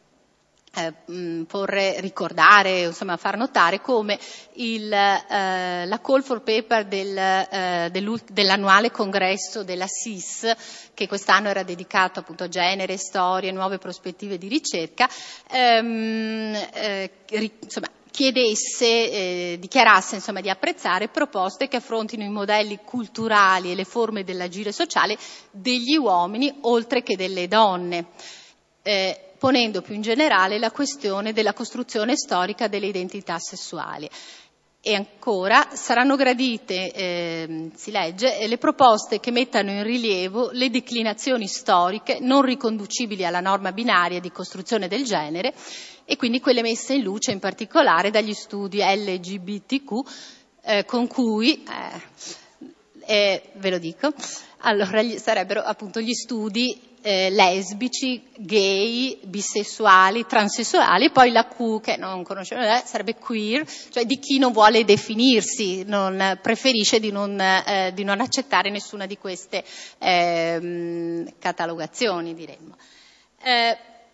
eh, porre, ricordare, insomma far notare come il, eh, la call for paper del, eh, dell'annuale congresso della S I S, che quest'anno era dedicato appunto a genere, storie, nuove prospettive di ricerca, ehm, eh, insomma, chiedesse, eh, dichiarasse insomma di apprezzare proposte che affrontino i modelli culturali e le forme dell'agire sociale degli uomini oltre che delle donne, eh, ponendo più in generale la questione della costruzione storica delle identità sessuali. E ancora, saranno gradite, eh, si legge, le proposte che mettano in rilievo le declinazioni storiche non riconducibili alla norma binaria di costruzione del genere e quindi quelle messe in luce in particolare dagli studi L G B T Q eh, con cui, eh, eh, ve lo dico, allora sarebbero appunto gli studi Eh, lesbici, gay, bisessuali, transessuali, e poi la Q che non conoscevo, eh, sarebbe queer, cioè di chi non vuole definirsi, non preferisce di non, eh, di non accettare nessuna di queste eh, catalogazioni, diremmo. Eh,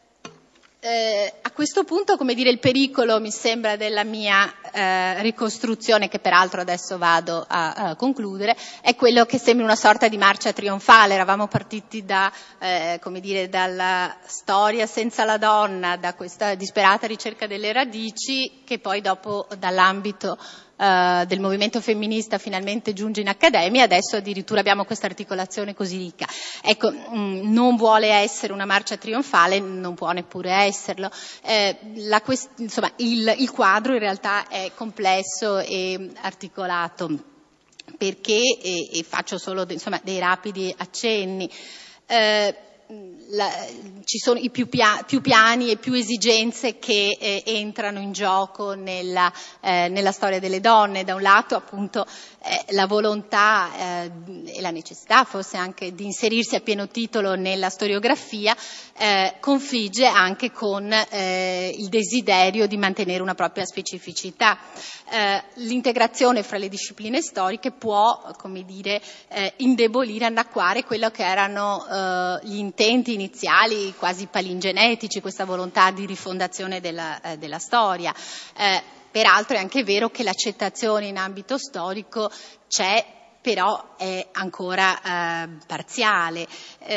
Eh, a questo punto, come dire, il pericolo, mi sembra, della mia eh, ricostruzione, che peraltro adesso vado a, a concludere, è quello che sembra una sorta di marcia trionfale. Eravamo partiti da, eh, come dire, dalla storia senza la donna, da questa disperata ricerca delle radici, che poi dopo dall'ambito Uh, del movimento femminista finalmente giunge in accademia, adesso addirittura abbiamo questa articolazione così ricca. Ecco, mh, non vuole essere una marcia trionfale, non può neppure esserlo. Eh, la quest- insomma, il, il quadro in realtà è complesso e articolato, perché, e, e faccio solo de, insomma, dei rapidi accenni, eh, La, ci sono i più, pia, più piani e più esigenze che eh, entrano in gioco nella, eh, nella storia delle donne. Da un lato appunto eh, la volontà eh, e la necessità forse anche di inserirsi a pieno titolo nella storiografia eh, confligge anche con eh, il desiderio di mantenere una propria specificità. Eh, l'integrazione fra le discipline storiche può, come dire, eh, indebolire, annacquare quello che erano eh, gli intenti iniziali quasi palingenetici, questa volontà di rifondazione della, eh, della storia. Eh, peraltro è anche vero che l'accettazione in ambito storico c'è, però è ancora eh, parziale.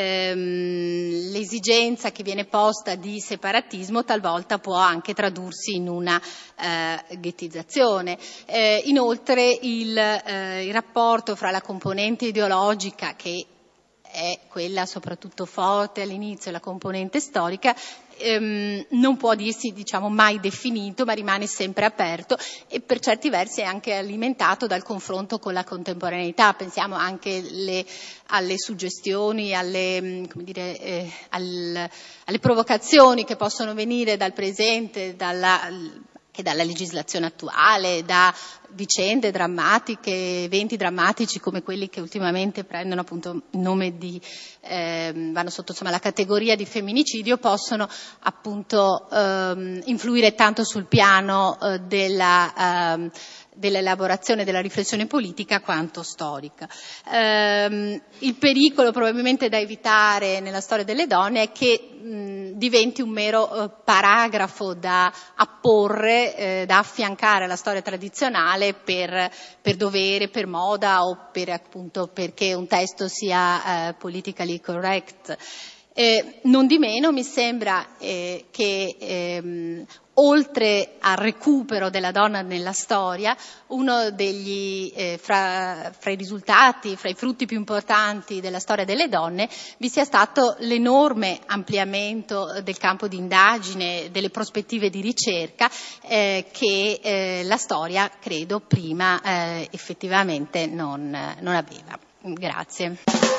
Ehm, l'esigenza che viene posta di separatismo talvolta può anche tradursi in una eh, ghettizzazione. Eh, inoltre il, eh, il rapporto fra la componente ideologica, che è quella soprattutto forte all'inizio, la componente storica, ehm, non può dirsi, diciamo, mai definito, ma rimane sempre aperto e per certi versi è anche alimentato dal confronto con la contemporaneità. Pensiamo anche le, alle suggestioni, alle, come dire, eh, al, alle provocazioni che possono venire dal presente, dalla che dalla legislazione attuale, da vicende drammatiche, eventi drammatici come quelli che ultimamente prendono appunto il nome di, eh, vanno sotto insomma la categoria di femminicidio, possono appunto ehm, influire tanto sul piano eh, della ehm, dell'elaborazione della riflessione politica quanto storica. Ehm, il pericolo probabilmente da evitare nella storia delle donne è che mh, diventi un mero eh, paragrafo da apporre, eh, da affiancare alla storia tradizionale per, per dovere, per moda o per appunto perché un testo sia eh, politically correct. Eh, non di meno mi sembra eh, che ehm, oltre al recupero della donna nella storia, uno degli, eh, fra, fra i risultati, fra i frutti più importanti della storia delle donne, vi sia stato l'enorme ampliamento del campo di indagine, delle prospettive di ricerca eh, che eh, la storia, credo, prima eh, effettivamente non, non aveva. Grazie.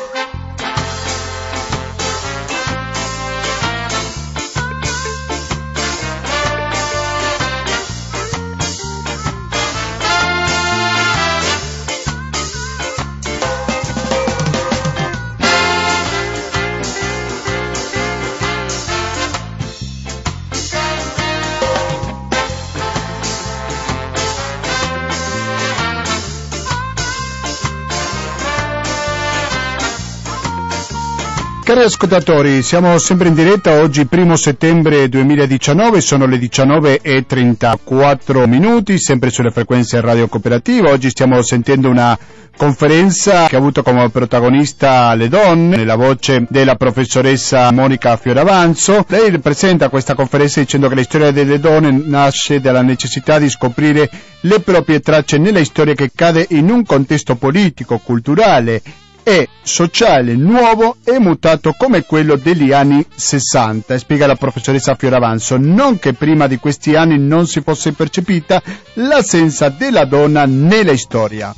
Cari ascoltatori, siamo sempre in diretta, oggi primo settembre duemiladiciannove, sono le diciannove e trentaquattro minuti, sempre sulle frequenze Radio Cooperativa. Oggi stiamo sentendo una conferenza che ha avuto come protagonista le donne, nella voce della professoressa Monica Fioravanzo. Lei presenta questa conferenza dicendo che la storia delle donne nasce dalla necessità di scoprire le proprie tracce nella storia che cade in un contesto politico, culturale e sociale nuovo e mutato come quello degli anni sessanta, spiega la professoressa Fioravanzo, non che prima di questi anni non si fosse percepita l'assenza della donna nella storia.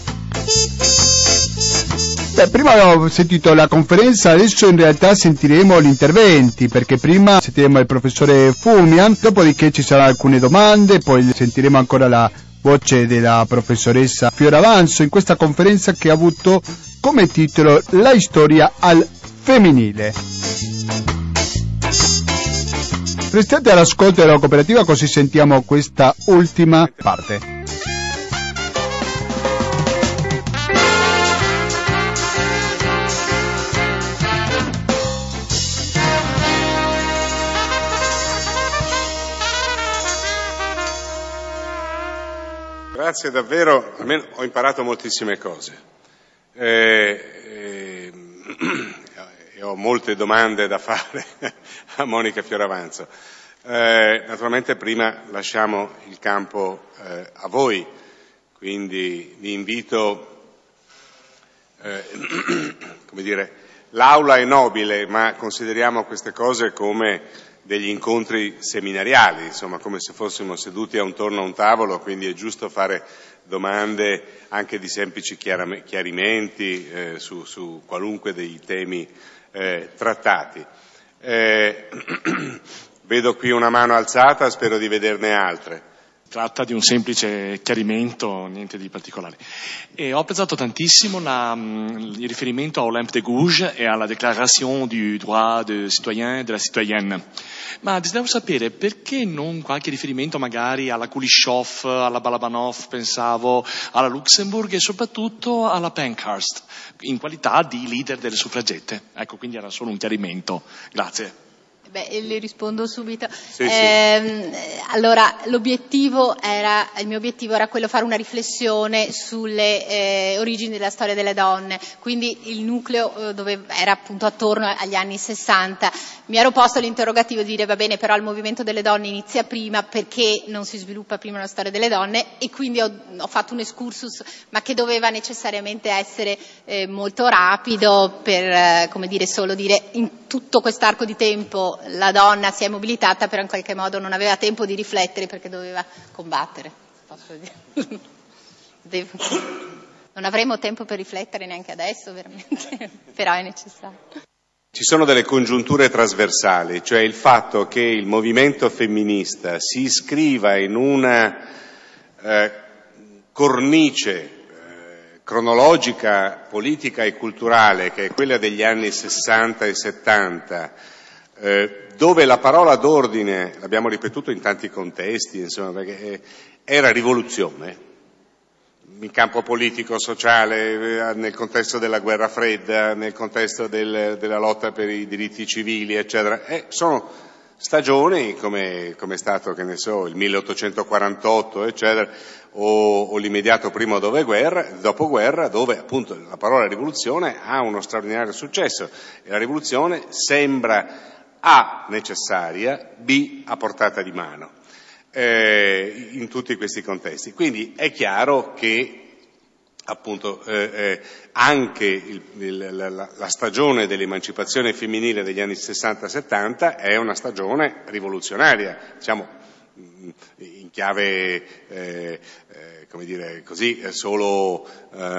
Beh, prima abbiamo sentito la conferenza, adesso in realtà sentiremo gli interventi, perché prima sentiremo il professore Fumian, dopodiché ci saranno alcune domande, poi sentiremo ancora la voce della professoressa Fioravanzo in questa conferenza che ha avuto come titolo La storia al femminile. Restate all'ascolto della cooperativa così sentiamo questa ultima parte. Grazie davvero, almeno ho imparato moltissime cose. Eh, eh, e ho molte domande da fare a Monica Fioravanzo. Eh, naturalmente prima lasciamo il campo eh, a voi, quindi vi invito, eh, come dire, l'aula è nobile, ma consideriamo queste cose come degli incontri seminariali, insomma, come se fossimo seduti a un torno a un tavolo, quindi è giusto fare domande anche di semplici chiarimenti eh, su, su qualunque dei temi eh, trattati. Eh, vedo qui una mano alzata, spero di vederne altre. Tratta di un semplice chiarimento, niente di particolare. E ho apprezzato tantissimo la, il riferimento a Olympe de Gouges e alla Déclaration du droit des citoyens e della citoyenne. Ma desiderio sapere perché non qualche riferimento magari alla Kulishov, alla Balabanov, pensavo, alla Luxemburg e soprattutto alla Pankhurst, in qualità di leader delle suffragette. Ecco, quindi era solo un chiarimento. Grazie. Beh, le rispondo subito. Sì, eh, sì. Allora, l'obiettivo era, il mio obiettivo era quello di fare una riflessione sulle eh, origini della storia delle donne, quindi il nucleo eh, dove era appunto attorno agli anni sessanta. Mi ero posto l'interrogativo di dire va bene, però il movimento delle donne inizia prima, perché non si sviluppa prima la storia delle donne, e quindi ho, ho fatto un excursus, ma che doveva necessariamente essere eh, molto rapido per, eh, come dire, solo dire in tutto quest'arco di tempo la donna si è mobilitata, però in qualche modo non aveva tempo di riflettere perché doveva combattere. Posso dire? Devo... Non avremo tempo per riflettere neanche adesso, veramente, però è necessario. Ci sono delle congiunture trasversali, cioè il fatto che il movimento femminista si iscriva in una eh, cornice eh, cronologica, politica e culturale che è quella degli anni sessanta e settanta, eh, dove la parola d'ordine, l'abbiamo ripetuto in tanti contesti, insomma, perché era rivoluzione, in campo politico, sociale, nel contesto della guerra fredda, nel contesto del, della lotta per i diritti civili, eccetera. E sono stagioni come, come è stato, che ne so, il milleottocentoquarantotto, eccetera, o, o l'immediato primo dopoguerra, dopoguerra, dove appunto la parola rivoluzione ha uno straordinario successo e la rivoluzione sembra A necessaria, B a portata di mano. Eh, in tutti questi contesti. Quindi è chiaro che appunto eh, eh, anche il, il, la, la stagione dell'emancipazione femminile degli anni sessanta settanta è una stagione rivoluzionaria, diciamo in chiave eh, eh, come dire così solo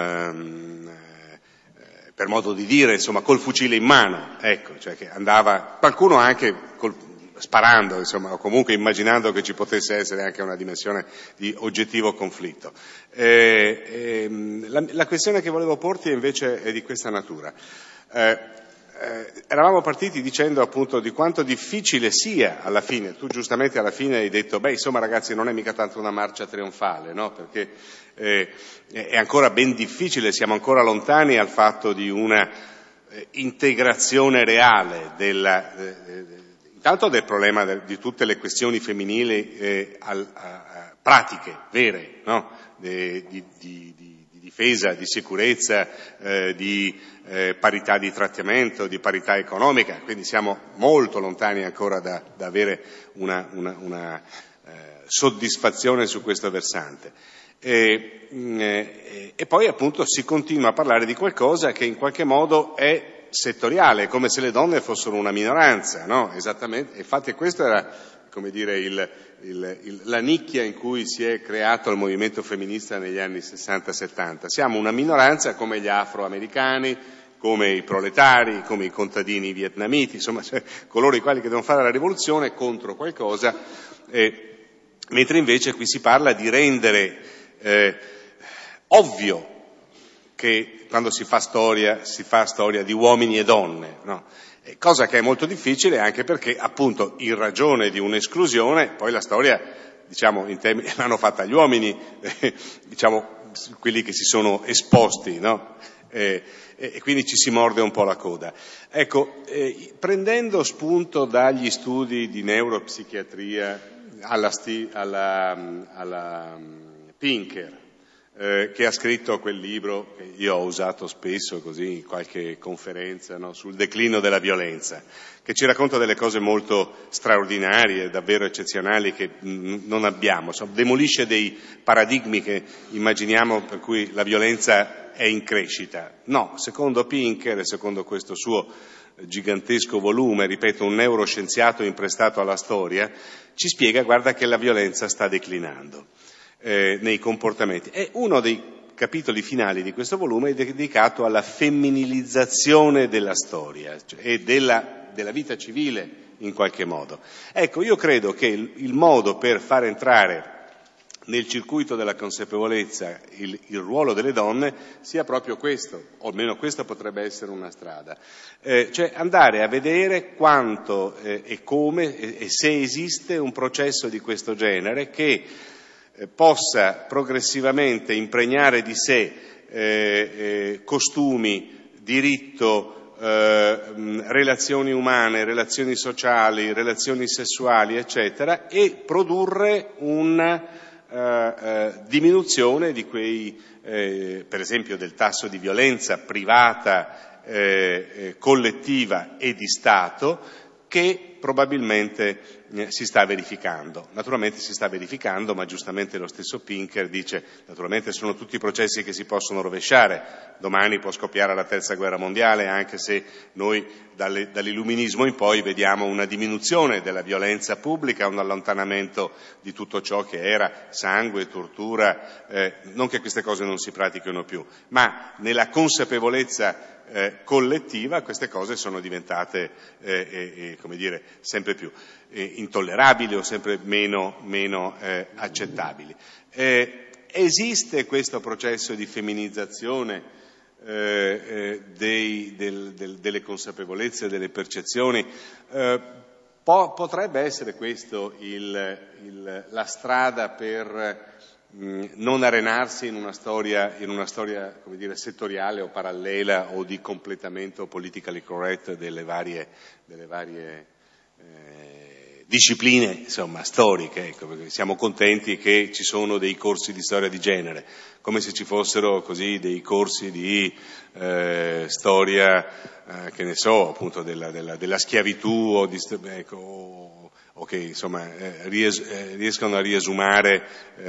ehm, eh, per modo di dire, insomma, col fucile in mano, ecco, cioè che andava qualcuno anche col sparando, insomma, o comunque immaginando che ci potesse essere anche una dimensione di oggettivo conflitto. Eh, ehm, la, la questione che volevo porti invece è di questa natura. Eh, eh, eravamo partiti dicendo appunto di quanto difficile sia alla fine, tu giustamente alla fine hai detto, beh insomma ragazzi non è mica tanto una marcia trionfale, no? Perché eh, è ancora ben difficile, siamo ancora lontani al fatto di una eh, integrazione reale della... Eh, Intanto del problema di tutte le questioni femminili eh, al, a, a, pratiche, vere, no? de, di, di, di, di difesa, di sicurezza, eh, di eh, parità di trattamento, di parità economica, quindi siamo molto lontani ancora da, da avere una, una, una eh, soddisfazione su questo versante. E, eh, e poi appunto si continua a parlare di qualcosa che in qualche modo è settoriale, come se le donne fossero una minoranza, no? Esattamente, infatti questo era, come dire, il, il, il, la nicchia in cui si è creato il movimento femminista negli anni sessanta settanta. Siamo una minoranza come gli afroamericani, come i proletari, come i contadini vietnamiti, insomma, cioè, coloro i quali che devono fare la rivoluzione contro qualcosa, eh, mentre invece qui si parla di rendere eh, ovvio che quando si fa storia, si fa storia di uomini e donne, no? Cosa che è molto difficile anche perché, appunto, in ragione di un'esclusione, poi la storia, diciamo, in termini, l'hanno fatta gli uomini, eh, diciamo, quelli che si sono esposti, no? Eh, e quindi ci si morde un po' la coda. Ecco, eh, prendendo spunto dagli studi di neuropsichiatria alla, sti, alla, alla Pinker, Eh, che ha scritto quel libro che io ho usato spesso così in qualche conferenza, no, sul declino della violenza, che ci racconta delle cose molto straordinarie, davvero eccezionali che mh, non abbiamo, so, demolisce dei paradigmi che immaginiamo per cui la violenza è in crescita. No, secondo Pinker e secondo questo suo gigantesco volume, ripeto, un neuroscienziato imprestato alla storia, ci spiega, guarda, che la violenza sta declinando. Eh, nei comportamenti. E uno dei capitoli finali di questo volume è dedicato alla femminilizzazione della storia, cioè, e della, della vita civile in qualche modo. Ecco, io credo che il, il modo per far entrare nel circuito della consapevolezza il, il ruolo delle donne sia proprio questo, o almeno questa potrebbe essere una strada, eh, cioè andare a vedere quanto eh, e come e, e se esiste un processo di questo genere che possa progressivamente impregnare di sé eh, eh, costumi, diritto, eh, relazioni umane, relazioni sociali, relazioni sessuali, eccetera, e produrre una eh, eh, diminuzione di quei, eh, per esempio, del tasso di violenza privata, eh, eh, collettiva e di Stato, che probabilmente eh, si sta verificando. Naturalmente si sta verificando, ma giustamente lo stesso Pinker dice, naturalmente sono tutti processi che si possono rovesciare, domani può scoppiare la terza guerra mondiale, anche se noi dalle, dall'illuminismo in poi vediamo una diminuzione della violenza pubblica, un allontanamento di tutto ciò che era sangue, tortura, eh, non che queste cose non si pratichino più, ma nella consapevolezza Eh, collettiva queste cose sono diventate eh, eh, come dire, sempre più eh, intollerabili o sempre meno, meno eh, accettabili. Eh, esiste questo processo di femminizzazione eh, eh, dei, del, del, delle consapevolezze, delle percezioni? Eh, po- potrebbe essere questo il, il, la strada per non arenarsi in una storia, in una storia come dire, settoriale o parallela o di completamento politically correct delle varie, delle varie eh, discipline, insomma, storiche. Ecco, perché siamo contenti che ci sono dei corsi di storia di genere, come se ci fossero così dei corsi di eh, storia, eh, che ne so, appunto della, della, della schiavitù o di, ecco, o che insomma eh, ries- eh, riescano a riesumare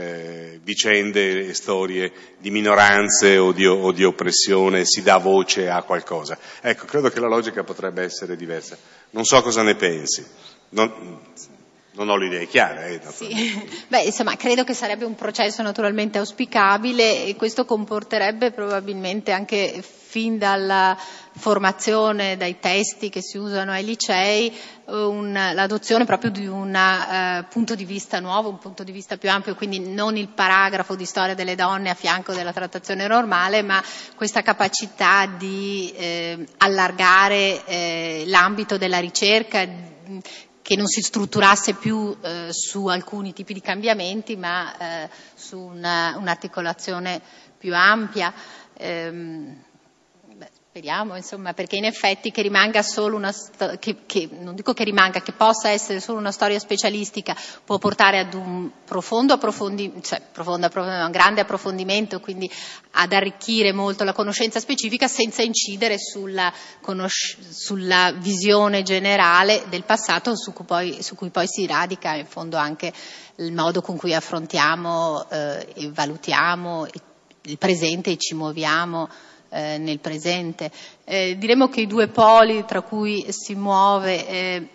eh, vicende e storie di minoranze o di, o di oppressione, si dà voce a qualcosa. Ecco, credo che la logica potrebbe essere diversa. Non so cosa ne pensi. Non, non ho le idee chiare. Eh, sì. Beh, insomma, credo che sarebbe un processo naturalmente auspicabile e questo comporterebbe probabilmente anche fin dalla formazione, dai testi che si usano ai licei, un, l'adozione proprio di un uh, punto di vista nuovo, un punto di vista più ampio, quindi non il paragrafo di storia delle donne a fianco della trattazione normale, ma questa capacità di eh, allargare eh, l'ambito della ricerca, che non si strutturasse più eh, su alcuni tipi di cambiamenti, ma eh, su una, un'articolazione più ampia. Ehm, beh, speriamo, insomma, perché in effetti che rimanga solo una sto- che, che non dico che rimanga, che possa essere solo una storia specialistica, può portare ad un profondo approfondimento, cioè profondo approfondimento, un grande approfondimento, quindi ad arricchire molto la conoscenza specifica senza incidere sulla, conosc- sulla visione generale del passato su cui, poi, su cui poi si radica in fondo anche il modo con cui affrontiamo eh, e valutiamo il presente e ci muoviamo eh, nel presente. Eh, diremo che i due poli tra cui si muove eh,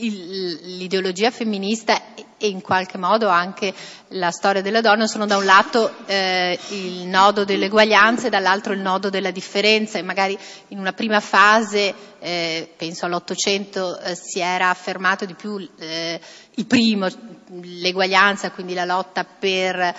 il, l'ideologia femminista e in qualche modo anche la storia della donna sono da un lato eh, il nodo dell'eguaglianza e dall'altro il nodo della differenza, e magari in una prima fase, eh, penso all'Ottocento, eh, si era affermato di più eh, il primo, l'eguaglianza, quindi la lotta per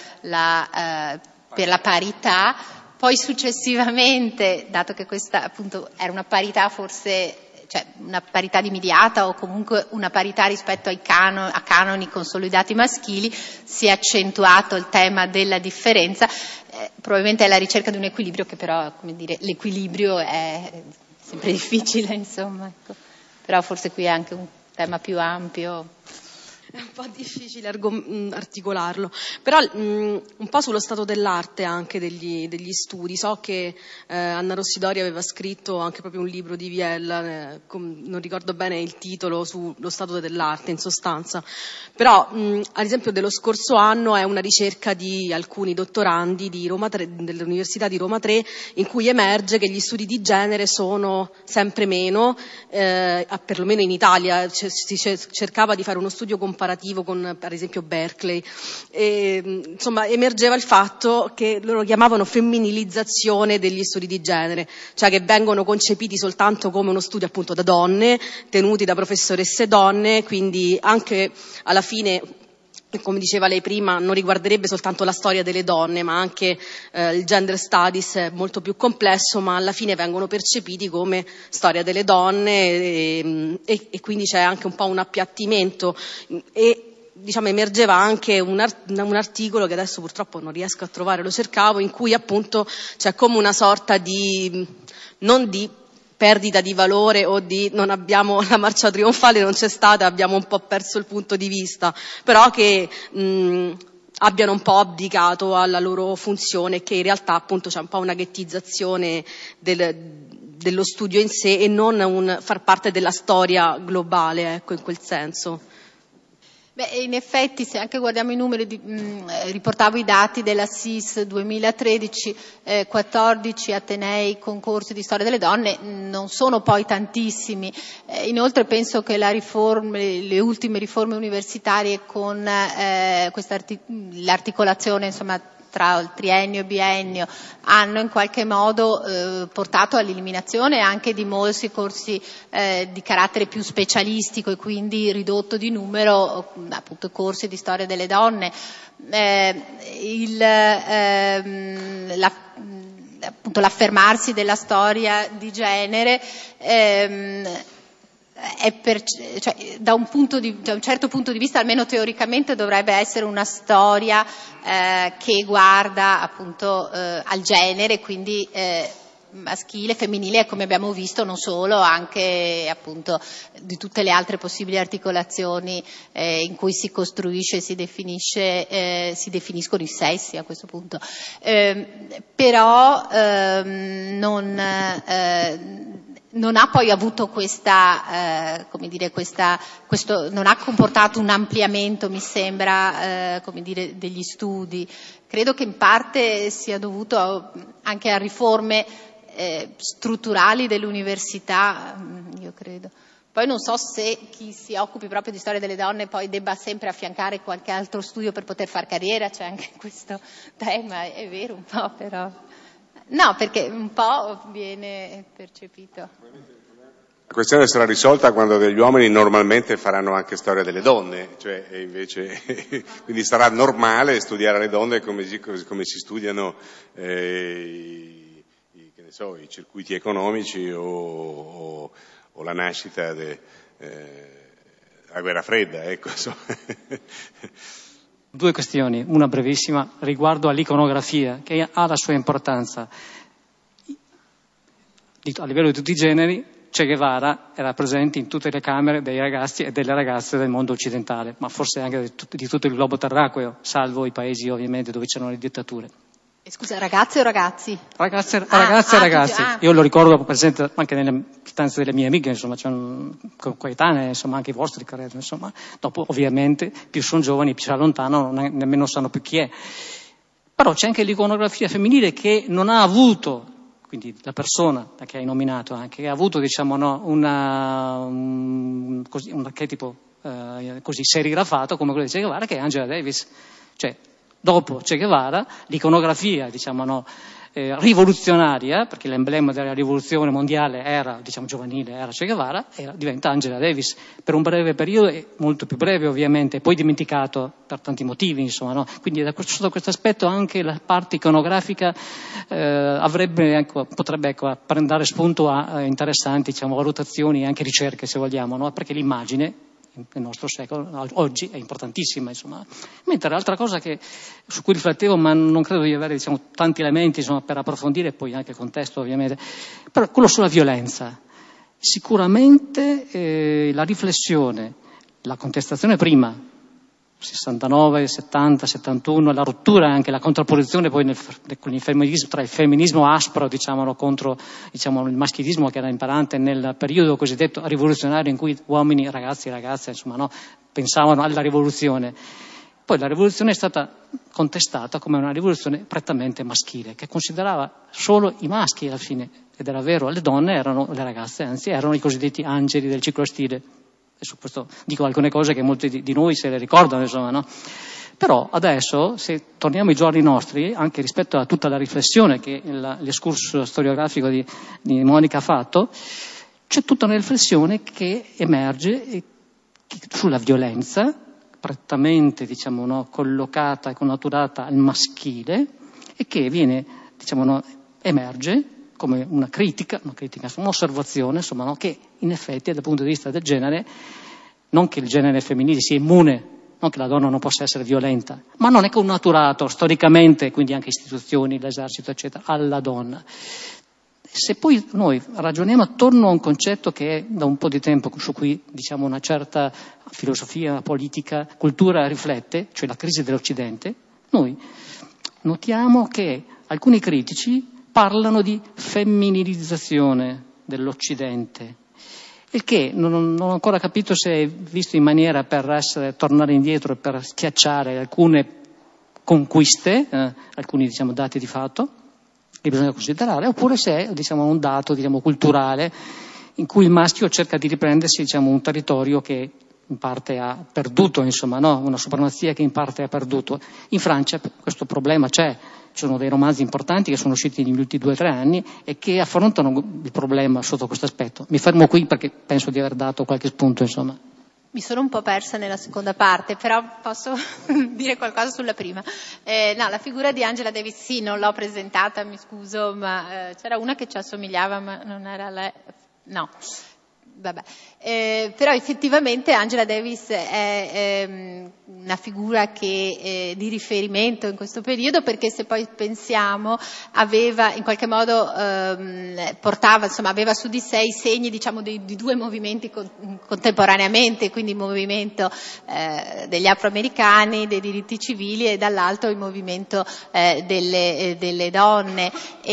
la, eh, per la parità. Poi successivamente, dato che questa appunto era una parità forse, cioè una parità dimidiata o comunque una parità rispetto ai cano, a canoni consolidati maschili, si è accentuato il tema della differenza, eh, probabilmente è la ricerca di un equilibrio che però, come dire, l'equilibrio è sempre difficile, insomma, ecco. Però forse qui è anche un tema più ampio. È un po' difficile argom- articolarlo, però mh, un po' sullo stato dell'arte anche degli, degli studi. So che eh, Anna Rossidori aveva scritto anche proprio un libro di Viella, eh, com- non ricordo bene il titolo, sullo stato dell'arte in sostanza, però mh, ad esempio dello scorso anno è una ricerca di alcuni dottorandi di Roma tre, dell'Università di Roma tre, in cui emerge che gli studi di genere sono sempre meno, eh, perlomeno in Italia c- si cercava di fare uno studio comparativo comparativo con per esempio Berkeley, e, insomma emergeva il fatto che loro chiamavano femminilizzazione degli studi di genere, cioè che vengono concepiti soltanto come uno studio appunto da donne, tenuti da professoresse donne, quindi anche alla fine, come diceva lei prima, non riguarderebbe soltanto la storia delle donne, ma anche eh, il gender studies è molto più complesso, ma alla fine vengono percepiti come storia delle donne e, e, e quindi c'è anche un po' un appiattimento e diciamo emergeva anche un, art- un articolo che adesso purtroppo non riesco a trovare, lo cercavo, in cui appunto c'è come una sorta di non di perdita di valore o di non abbiamo la marcia trionfale non c'è stata, abbiamo un po' perso il punto di vista, però che mh, abbiano un po' abdicato alla loro funzione, che in realtà appunto c'è un po' una ghettizzazione del, dello studio in sé e non un far parte della storia globale, ecco, in quel senso. Beh, in effetti, se anche guardiamo i numeri, di, mh, riportavo i dati della S I S duemilatredici, eh, quattordici atenei concorsi di storia delle donne, non sono poi tantissimi. Eh, inoltre penso che la riforma, le ultime riforme universitarie con eh, questa artic- l'articolazione, insomma, tra il triennio e biennio, hanno in qualche modo eh, portato all'eliminazione anche di molti corsi eh, di carattere più specialistico e quindi ridotto di numero, appunto, corsi di storia delle donne. Eh, il, ehm, la, appunto, l'affermarsi della storia di genere ehm, è per, cioè, da, un punto di, da un certo punto di vista, almeno teoricamente, dovrebbe essere una storia eh, che guarda appunto eh, al genere, quindi eh, maschile, femminile, e come abbiamo visto non solo, anche appunto di tutte le altre possibili articolazioni eh, in cui si costruisce e si definisce, eh, si definiscono i sessi a questo punto. Eh, però ehm, non eh, non ha poi avuto questa, eh, come dire, questa, questo, non ha comportato un ampliamento, mi sembra, eh, come dire, degli studi. Credo che in parte sia dovuto anche a riforme eh, strutturali dell'università, io credo. Poi non so se chi si occupi proprio di storia delle donne poi debba sempre affiancare qualche altro studio per poter far carriera, c'è anche questo tema, è vero un po', però. No, perché un po' viene percepito. La questione sarà risolta quando degli uomini normalmente faranno anche storia delle donne, cioè e invece quindi sarà normale studiare le donne come si, come si studiano eh, i, i, che ne so, i circuiti economici o, o, o la nascita della eh, guerra fredda, ecco. Due questioni, una brevissima riguardo all'iconografia, che ha la sua importanza. A livello di tutti i generi, Che Guevara era presente in tutte le camere dei ragazzi e delle ragazze del mondo occidentale, ma forse anche di tutto, di tutto il globo terracqueo, salvo i paesi ovviamente dove c'erano le dittature. E scusa, ragazze o ragazzi? Ragazze, ah, ragazze e ah, ragazzi. Ah. Io lo ricordo presente anche nelle stanze delle mie amiche, insomma, c'erano coetanee, insomma, anche i vostri, credo, insomma. Dopo, ovviamente, più sono giovani, più si allontanano, non è, nemmeno sanno più chi è. Però c'è anche l'iconografia femminile che non ha avuto, quindi la persona che hai nominato anche, che ha avuto, diciamo, no, una, un, così, un archetipo eh, così serigrafato come quello di Che Guevara, che è Angela Davis. Cioè, dopo Che Guevara, l'iconografia, diciamo, no, eh, rivoluzionaria, perché l'emblema della rivoluzione mondiale era, diciamo, giovanile, era Che Guevara, era, diventa Angela Davis per un breve periodo, e molto più breve ovviamente, poi dimenticato per tanti motivi, insomma, no? Quindi da questo, sotto questo aspetto anche la parte iconografica eh, avrebbe, ecco, potrebbe, ecco, dare spunto a, a interessanti, diciamo, valutazioni e anche ricerche, se vogliamo, no? Perché l'immagine nel nostro secolo, oggi, è importantissima, insomma. Mentre l'altra cosa che, su cui riflettevo, ma non credo di avere, diciamo, tanti elementi, insomma, per approfondire, poi anche il contesto ovviamente, però quello sulla violenza. Sicuramente eh, la riflessione, la contestazione prima, sessantanove, settanta, settantuno, la rottura, anche la contrapposizione poi nel, con il femminismo, tra il femminismo aspro, diciamo, contro, diciamo, il maschilismo che era imperante nel periodo cosiddetto rivoluzionario in cui uomini, ragazzi e ragazze, insomma, no, pensavano alla rivoluzione. Poi la rivoluzione è stata contestata come una rivoluzione prettamente maschile, che considerava solo i maschi alla fine, ed era vero, le donne erano, le ragazze anzi, erano i cosiddetti angeli del ciclostile. E su questo dico alcune cose che molti di, di noi se le ricordano, insomma, no? Però adesso, se torniamo ai giorni nostri, anche rispetto a tutta la riflessione che il, l'escursus storiografico di, di Monica ha fatto, c'è tutta una riflessione che emerge e che, sulla violenza, prettamente, diciamo, no, collocata e connaturata al maschile, e che viene, diciamo, no, emerge come una critica, una critica, un'osservazione, insomma, no, che in effetti dal punto di vista del genere, non che il genere femminile sia immune, non che la donna non possa essere violenta, ma non è connaturato storicamente, quindi anche istituzioni, l'esercito, eccetera, alla donna. Se poi noi ragioniamo attorno a un concetto che è da un po' di tempo su cui diciamo una certa filosofia, politica, cultura riflette, cioè la crisi dell'Occidente, noi notiamo che alcuni critici parlano di femminilizzazione dell'Occidente, il che non, non ho ancora capito se è visto in maniera per essere, tornare indietro e per schiacciare alcune conquiste, eh, alcuni diciamo dati di fatto che bisogna considerare, oppure se è diciamo, un dato diciamo, culturale in cui il maschio cerca di riprendersi diciamo, un territorio che in parte ha perduto, insomma, no? Una supremazia che in parte ha perduto. In Francia questo problema c'è, ci sono dei romanzi importanti che sono usciti negli ultimi due o tre anni e che affrontano il problema sotto questo aspetto. Mi fermo qui perché penso di aver dato qualche spunto, insomma. Mi sono un po' persa nella seconda parte, però posso dire qualcosa sulla prima. Eh, no, la figura di Angela Davis, sì, non l'ho presentata, mi scuso, ma eh, c'era una che ci assomigliava, ma non era lei. No, vabbè. Eh, però effettivamente Angela Davis è, è una figura che è di riferimento in questo periodo, perché se poi pensiamo aveva in qualche modo ehm, portava insomma aveva su di sé i segni diciamo di, di due movimenti con, contemporaneamente, quindi il movimento eh, degli afroamericani dei diritti civili e dall'altro il movimento eh, delle, eh, delle donne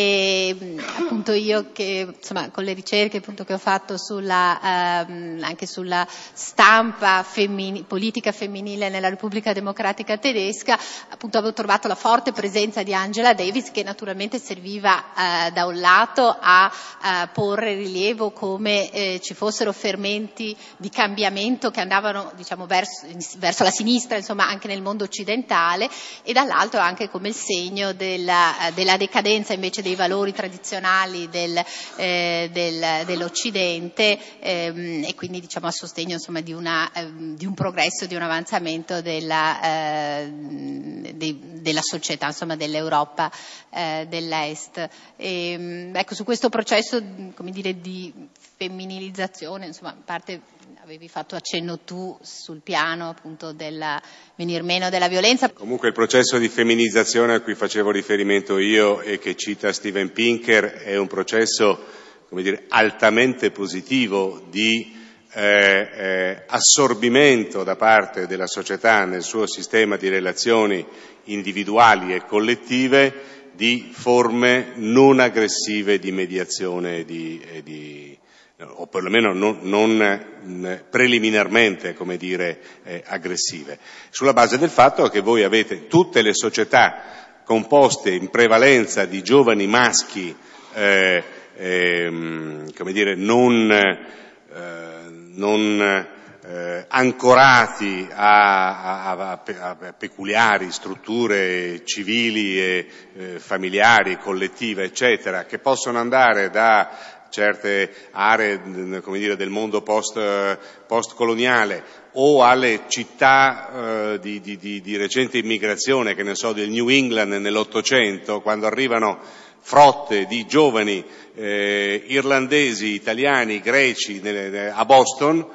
e appunto io che insomma con le ricerche appunto che ho fatto sulla ehm, anche sulla stampa femmini, politica femminile nella Repubblica Democratica Tedesca, appunto avevo trovato la forte presenza di Angela Davis che naturalmente serviva eh, da un lato a eh, porre rilievo come eh, ci fossero fermenti di cambiamento che andavano diciamo verso, verso la sinistra, insomma anche nel mondo occidentale, e dall'altro anche come il segno della, della decadenza invece dei valori tradizionali del, eh, del, dell'Occidente ehm, e quindi diciamo a sostegno insomma di, una, eh, di un progresso, di un avanzamento della, eh, de, della società, insomma dell'Europa eh, dell'Est. E, ecco, su questo processo come dire, di femminilizzazione, insomma, in parte avevi fatto accenno tu sul piano appunto del venir meno della violenza. Comunque il processo di femminilizzazione a cui facevo riferimento io e che cita Steven Pinker è un processo come dire, altamente positivo di eh, eh, assorbimento da parte della società nel suo sistema di relazioni individuali e collettive di forme non aggressive di mediazione e di, e di o perlomeno non, non preliminarmente, come dire, eh, aggressive, sulla base del fatto che voi avete tutte le società composte in prevalenza di giovani maschi eh, eh, come dire, non, eh, non eh, ancorati a, a, a, a peculiari strutture civili e eh, familiari, collettive, eccetera, che possono andare da certe aree come dire, del mondo post, post-coloniale o alle città eh, di, di, di, di recente immigrazione, che ne so, del New England nell'Ottocento, quando arrivano frotte di giovani eh, irlandesi, italiani, greci nelle, a Boston,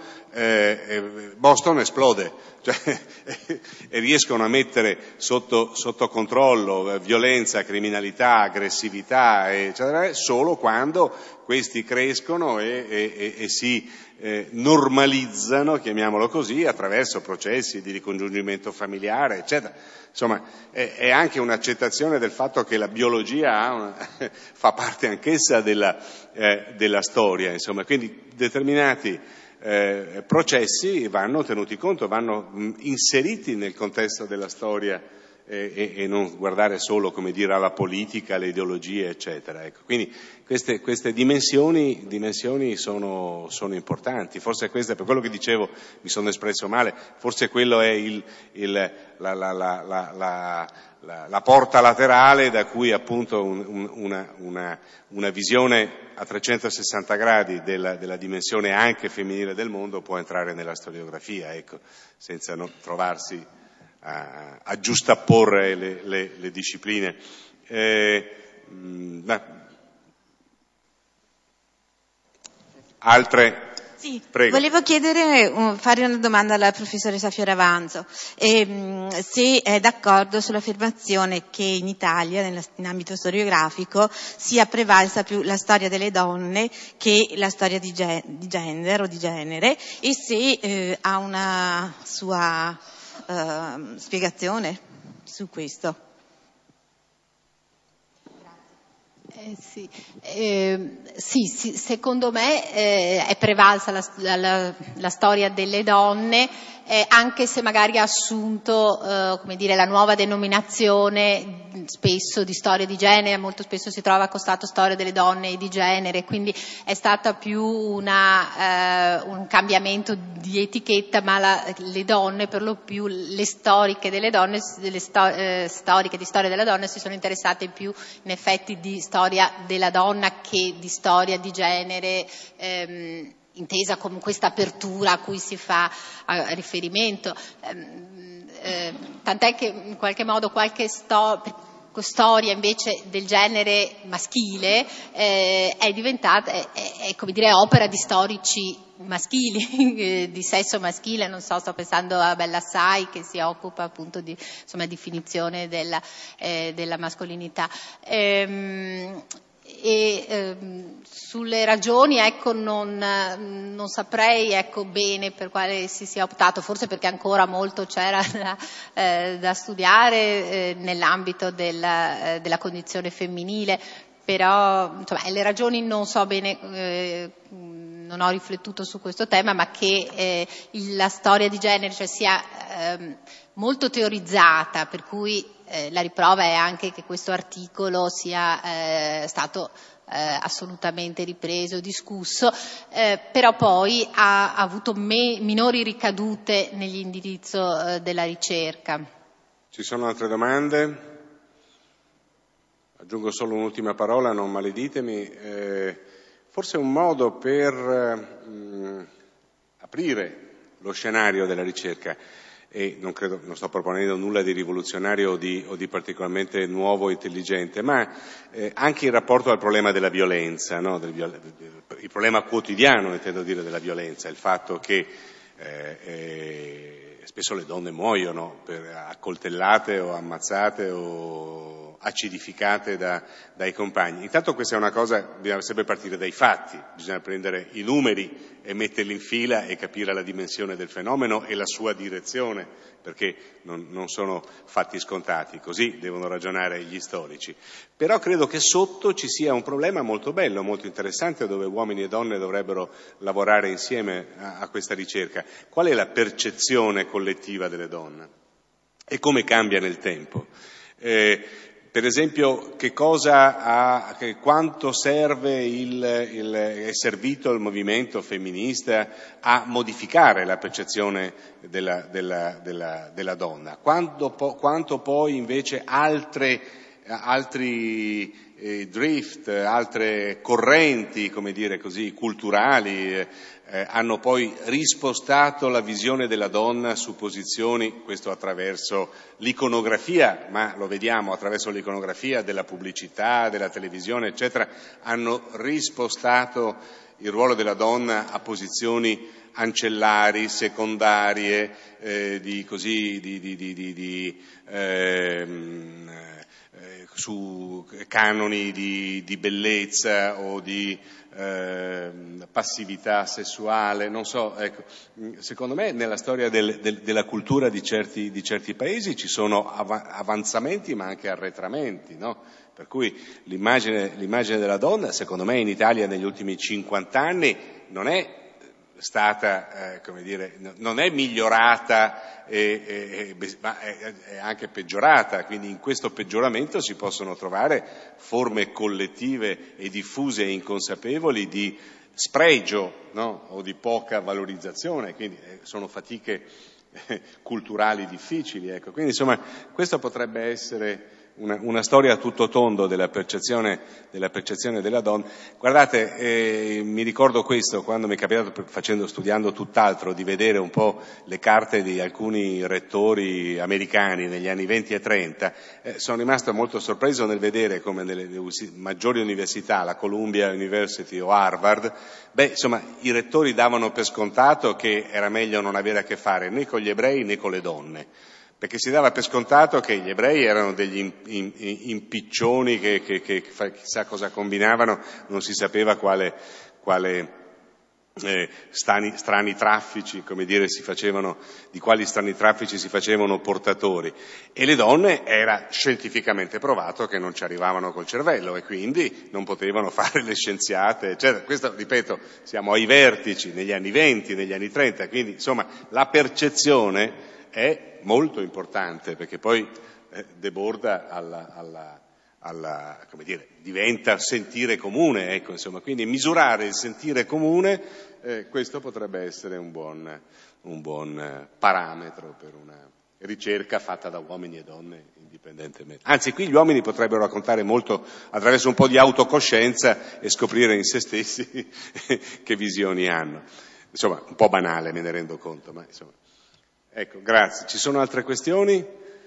eh, Boston esplode, cioè, e riescono a mettere sotto, sotto controllo violenza, criminalità, aggressività, eccetera, solo quando questi crescono e, e, e si eh, normalizzano, chiamiamolo così, attraverso processi di ricongiungimento familiare, eccetera. Insomma, è, è anche un'accettazione del fatto che la biologia ha una, fa parte anch'essa della, eh, della storia, insomma, quindi determinati eh, processi vanno tenuti conto, vanno mh, inseriti nel contesto della storia e, e, e non guardare solo, come dire, alla politica, alle ideologie, eccetera. Ecco, quindi queste, queste dimensioni, dimensioni sono, sono importanti. Forse questo è per quello che dicevo, mi sono espresso male, forse quello è il, il, la, la, la, la, la, la, la porta laterale da cui appunto un, un, una, una, una visione a trecentosessanta gradi della, della dimensione anche femminile del mondo può entrare nella storiografia, ecco, senza no, trovarsi a, a giustapporre le, le, le discipline. Eh, mh, altre, Sì, Prego. Volevo chiedere, uh, fare una domanda alla professoressa Fioravanzo, e, um, se è d'accordo sull'affermazione che in Italia, nella, in ambito storiografico, sia prevalsa più la storia delle donne che la storia di, ge- di gender o di genere, e se eh, ha una sua uh, spiegazione su questo. Eh, sì. Eh, sì, sì, secondo me eh, è prevalsa la, la, la storia delle donne, eh, anche se magari ha assunto eh, come dire, la nuova denominazione spesso di storia di genere, molto spesso si trova accostato storia delle donne e di genere, quindi è stata più una, eh, un cambiamento di etichetta, ma la, le donne, per lo più le storiche delle donne, le sto, eh, storiche di storia della donna si sono interessate più in effetti di storia della donna che di storia di genere, ehm, intesa come questa apertura a cui si fa eh, riferimento. Ehm, eh, tant'è che in qualche modo qualche sto- storia invece del genere maschile eh, è diventata, è, è, è come dire, opera di storici maschili, di sesso maschile, non so, sto pensando a Bella Sai che si occupa appunto di insomma definizione della, eh, della mascolinità. Ehm, e ehm, sulle ragioni ecco non, non saprei ecco bene per quale si sia optato, forse perché ancora molto c'era da, eh, da studiare eh, nell'ambito della, eh, della condizione femminile, però insomma le ragioni non so bene, eh, non ho riflettuto su questo tema, ma che eh, la storia di genere cioè sia ehm, molto teorizzata, per cui eh, la riprova è anche che questo articolo sia eh, stato eh, assolutamente ripreso, discusso, eh, però poi ha, ha avuto me, minori ricadute nell'indirizzo eh, della ricerca. Ci sono altre domande? Aggiungo solo un'ultima parola, non maleditemi. Eh, forse un modo per eh, aprire lo scenario della ricerca, e non credo, non sto proponendo nulla di rivoluzionario o di, o di particolarmente nuovo e intelligente, ma eh, anche in rapporto al problema della violenza, no? Del, il problema quotidiano, intendo dire, della violenza, il fatto che eh, eh, spesso le donne muoiono per accoltellate o ammazzate o acidificate da, dai compagni. Intanto questa è una cosa, bisogna sempre partire dai fatti, bisogna prendere i numeri e metterli in fila e capire la dimensione del fenomeno e la sua direzione, perché non, non sono fatti scontati, così devono ragionare gli storici. Però credo che sotto ci sia un problema molto bello, molto interessante, dove uomini e donne dovrebbero lavorare insieme a, a questa ricerca. Qual è la percezione collettiva delle donne? E come cambia nel tempo? Eh, Per esempio, che cosa ha, che quanto serve il, il, è servito il movimento femminista a modificare la percezione della, della, della, della donna? Quanto, po, quanto poi invece altre, altri eh, drift, altre correnti, come dire così, culturali, eh, eh, hanno poi rispostato la visione della donna su posizioni, questo attraverso l'iconografia, ma lo vediamo attraverso l'iconografia della pubblicità, della televisione, eccetera, hanno rispostato il ruolo della donna a posizioni ancellari, secondarie, eh, di così, di, di, di, di, di ehm, eh, su canoni di, di bellezza o di eh, passività sessuale, non so, ecco, secondo me nella storia del, del, della cultura di certi, di certi paesi ci sono av- avanzamenti ma anche arretramenti, no? Per cui l'immagine, l'immagine della donna, secondo me in Italia negli ultimi cinquanta anni non è stata, eh, come dire, non è migliorata, e, e, e, ma è, è anche peggiorata, quindi in questo peggioramento si possono trovare forme collettive e diffuse e inconsapevoli di spregio, no? O di poca valorizzazione, quindi eh, sono fatiche eh, culturali difficili, ecco. Quindi insomma questo potrebbe essere una, una storia a tutto tondo della percezione, della percezione della donna. Guardate, eh, mi ricordo questo quando mi è capitato, facendo, studiando tutt'altro, di vedere un po' le carte di alcuni rettori americani negli anni venti e trenta, eh, sono rimasto molto sorpreso nel vedere come nelle maggiori università, la Columbia University o Harvard, beh, insomma, i rettori davano per scontato che era meglio non avere a che fare né con gli ebrei né con le donne, perché si dava per scontato che gli ebrei erano degli impiccioni che, che, che chissà cosa combinavano, non si sapeva quale, quale eh, strani, strani traffici, come dire, si facevano, di quali strani traffici si facevano portatori, e le donne era scientificamente provato che non ci arrivavano col cervello e quindi non potevano fare le scienziate, eccetera. Questo, ripeto, siamo ai vertici negli anni venti, negli anni trenta, quindi insomma la percezione è molto importante, perché poi eh, deborda alla, alla, alla, come dire, diventa sentire comune, ecco, insomma, quindi misurare il sentire comune, eh, questo potrebbe essere un buon, un buon eh, parametro per una ricerca fatta da uomini e donne indipendentemente. Anzi, qui gli uomini potrebbero raccontare molto attraverso un po' di autocoscienza e scoprire in se stessi che visioni hanno. Insomma, un po' banale, me ne rendo conto, ma insomma. Ecco, grazie. Ci sono altre questioni?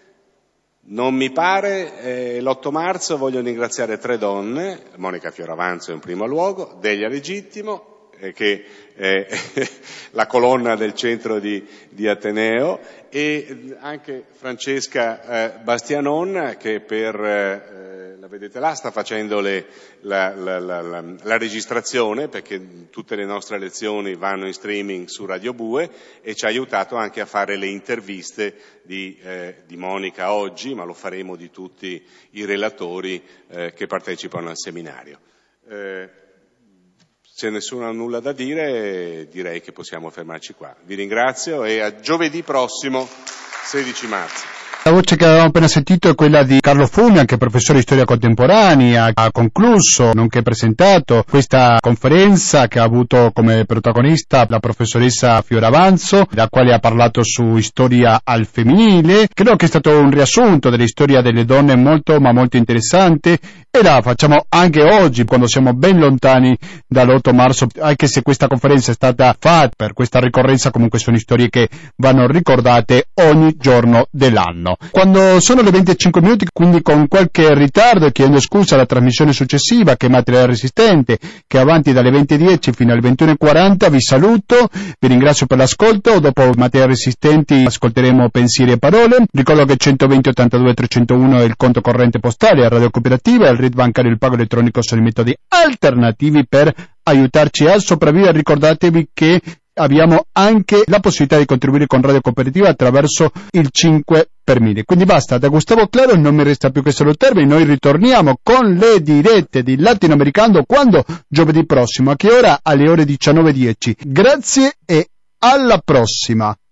Non mi pare. Eh, l'otto marzo voglio ringraziare tre donne, Monica Fioravanzo in primo luogo, Delia Legittimo, eh, che è la colonna del centro di, di Ateneo, e anche Francesca eh, Bastianon, che per, eh, la vedete là, sta facendo le, la, la, la, la, la registrazione, perché tutte le nostre lezioni vanno in streaming su Radio Bue, e ci ha aiutato anche a fare le interviste di, eh, di Monica oggi, ma lo faremo di tutti i relatori eh, che partecipano al seminario. Eh, Se nessuno ha nulla da dire, direi che possiamo fermarci qua. Vi ringrazio e a giovedì prossimo, sedici marzo. La voce che avevamo appena sentito è quella di Carlo Fumi, anche professore di storia contemporanea, ha concluso, nonché presentato questa conferenza che ha avuto come protagonista la professoressa Fioravanzo, la quale ha parlato su storia al femminile. Credo che è stato un riassunto della storia delle donne molto ma molto interessante, e la facciamo anche oggi, quando siamo ben lontani dall'otto marzo, anche se questa conferenza è stata fatta per questa ricorrenza, comunque sono storie che vanno ricordate ogni giorno dell'anno. Quando sono le venti e cinque minuti, quindi con qualche ritardo, e chiedendo scusa alla trasmissione successiva che è Materiale Resistente, che è avanti dalle venti e dieci fino alle ventuno e quaranta, vi saluto, vi ringrazio per l'ascolto. Dopo Materiali Resistenti ascolteremo Pensieri e Parole. Ricordo che centoventi ottantadue trecentouno è il conto corrente postale a Radio Cooperativa, e il R I D bancario e il pago elettronico sono i metodi alternativi per aiutarci a sopravvivere. Ricordatevi che abbiamo anche la possibilità di contribuire con Radio Cooperativa attraverso il cinque per mille. Quindi basta, da Gustavo Claro non mi resta più che salutarvi. Noi ritorniamo con le dirette di Latinoamericano quando? Giovedì prossimo. A che ora? Alle ore diciannove e dieci. Grazie e alla prossima.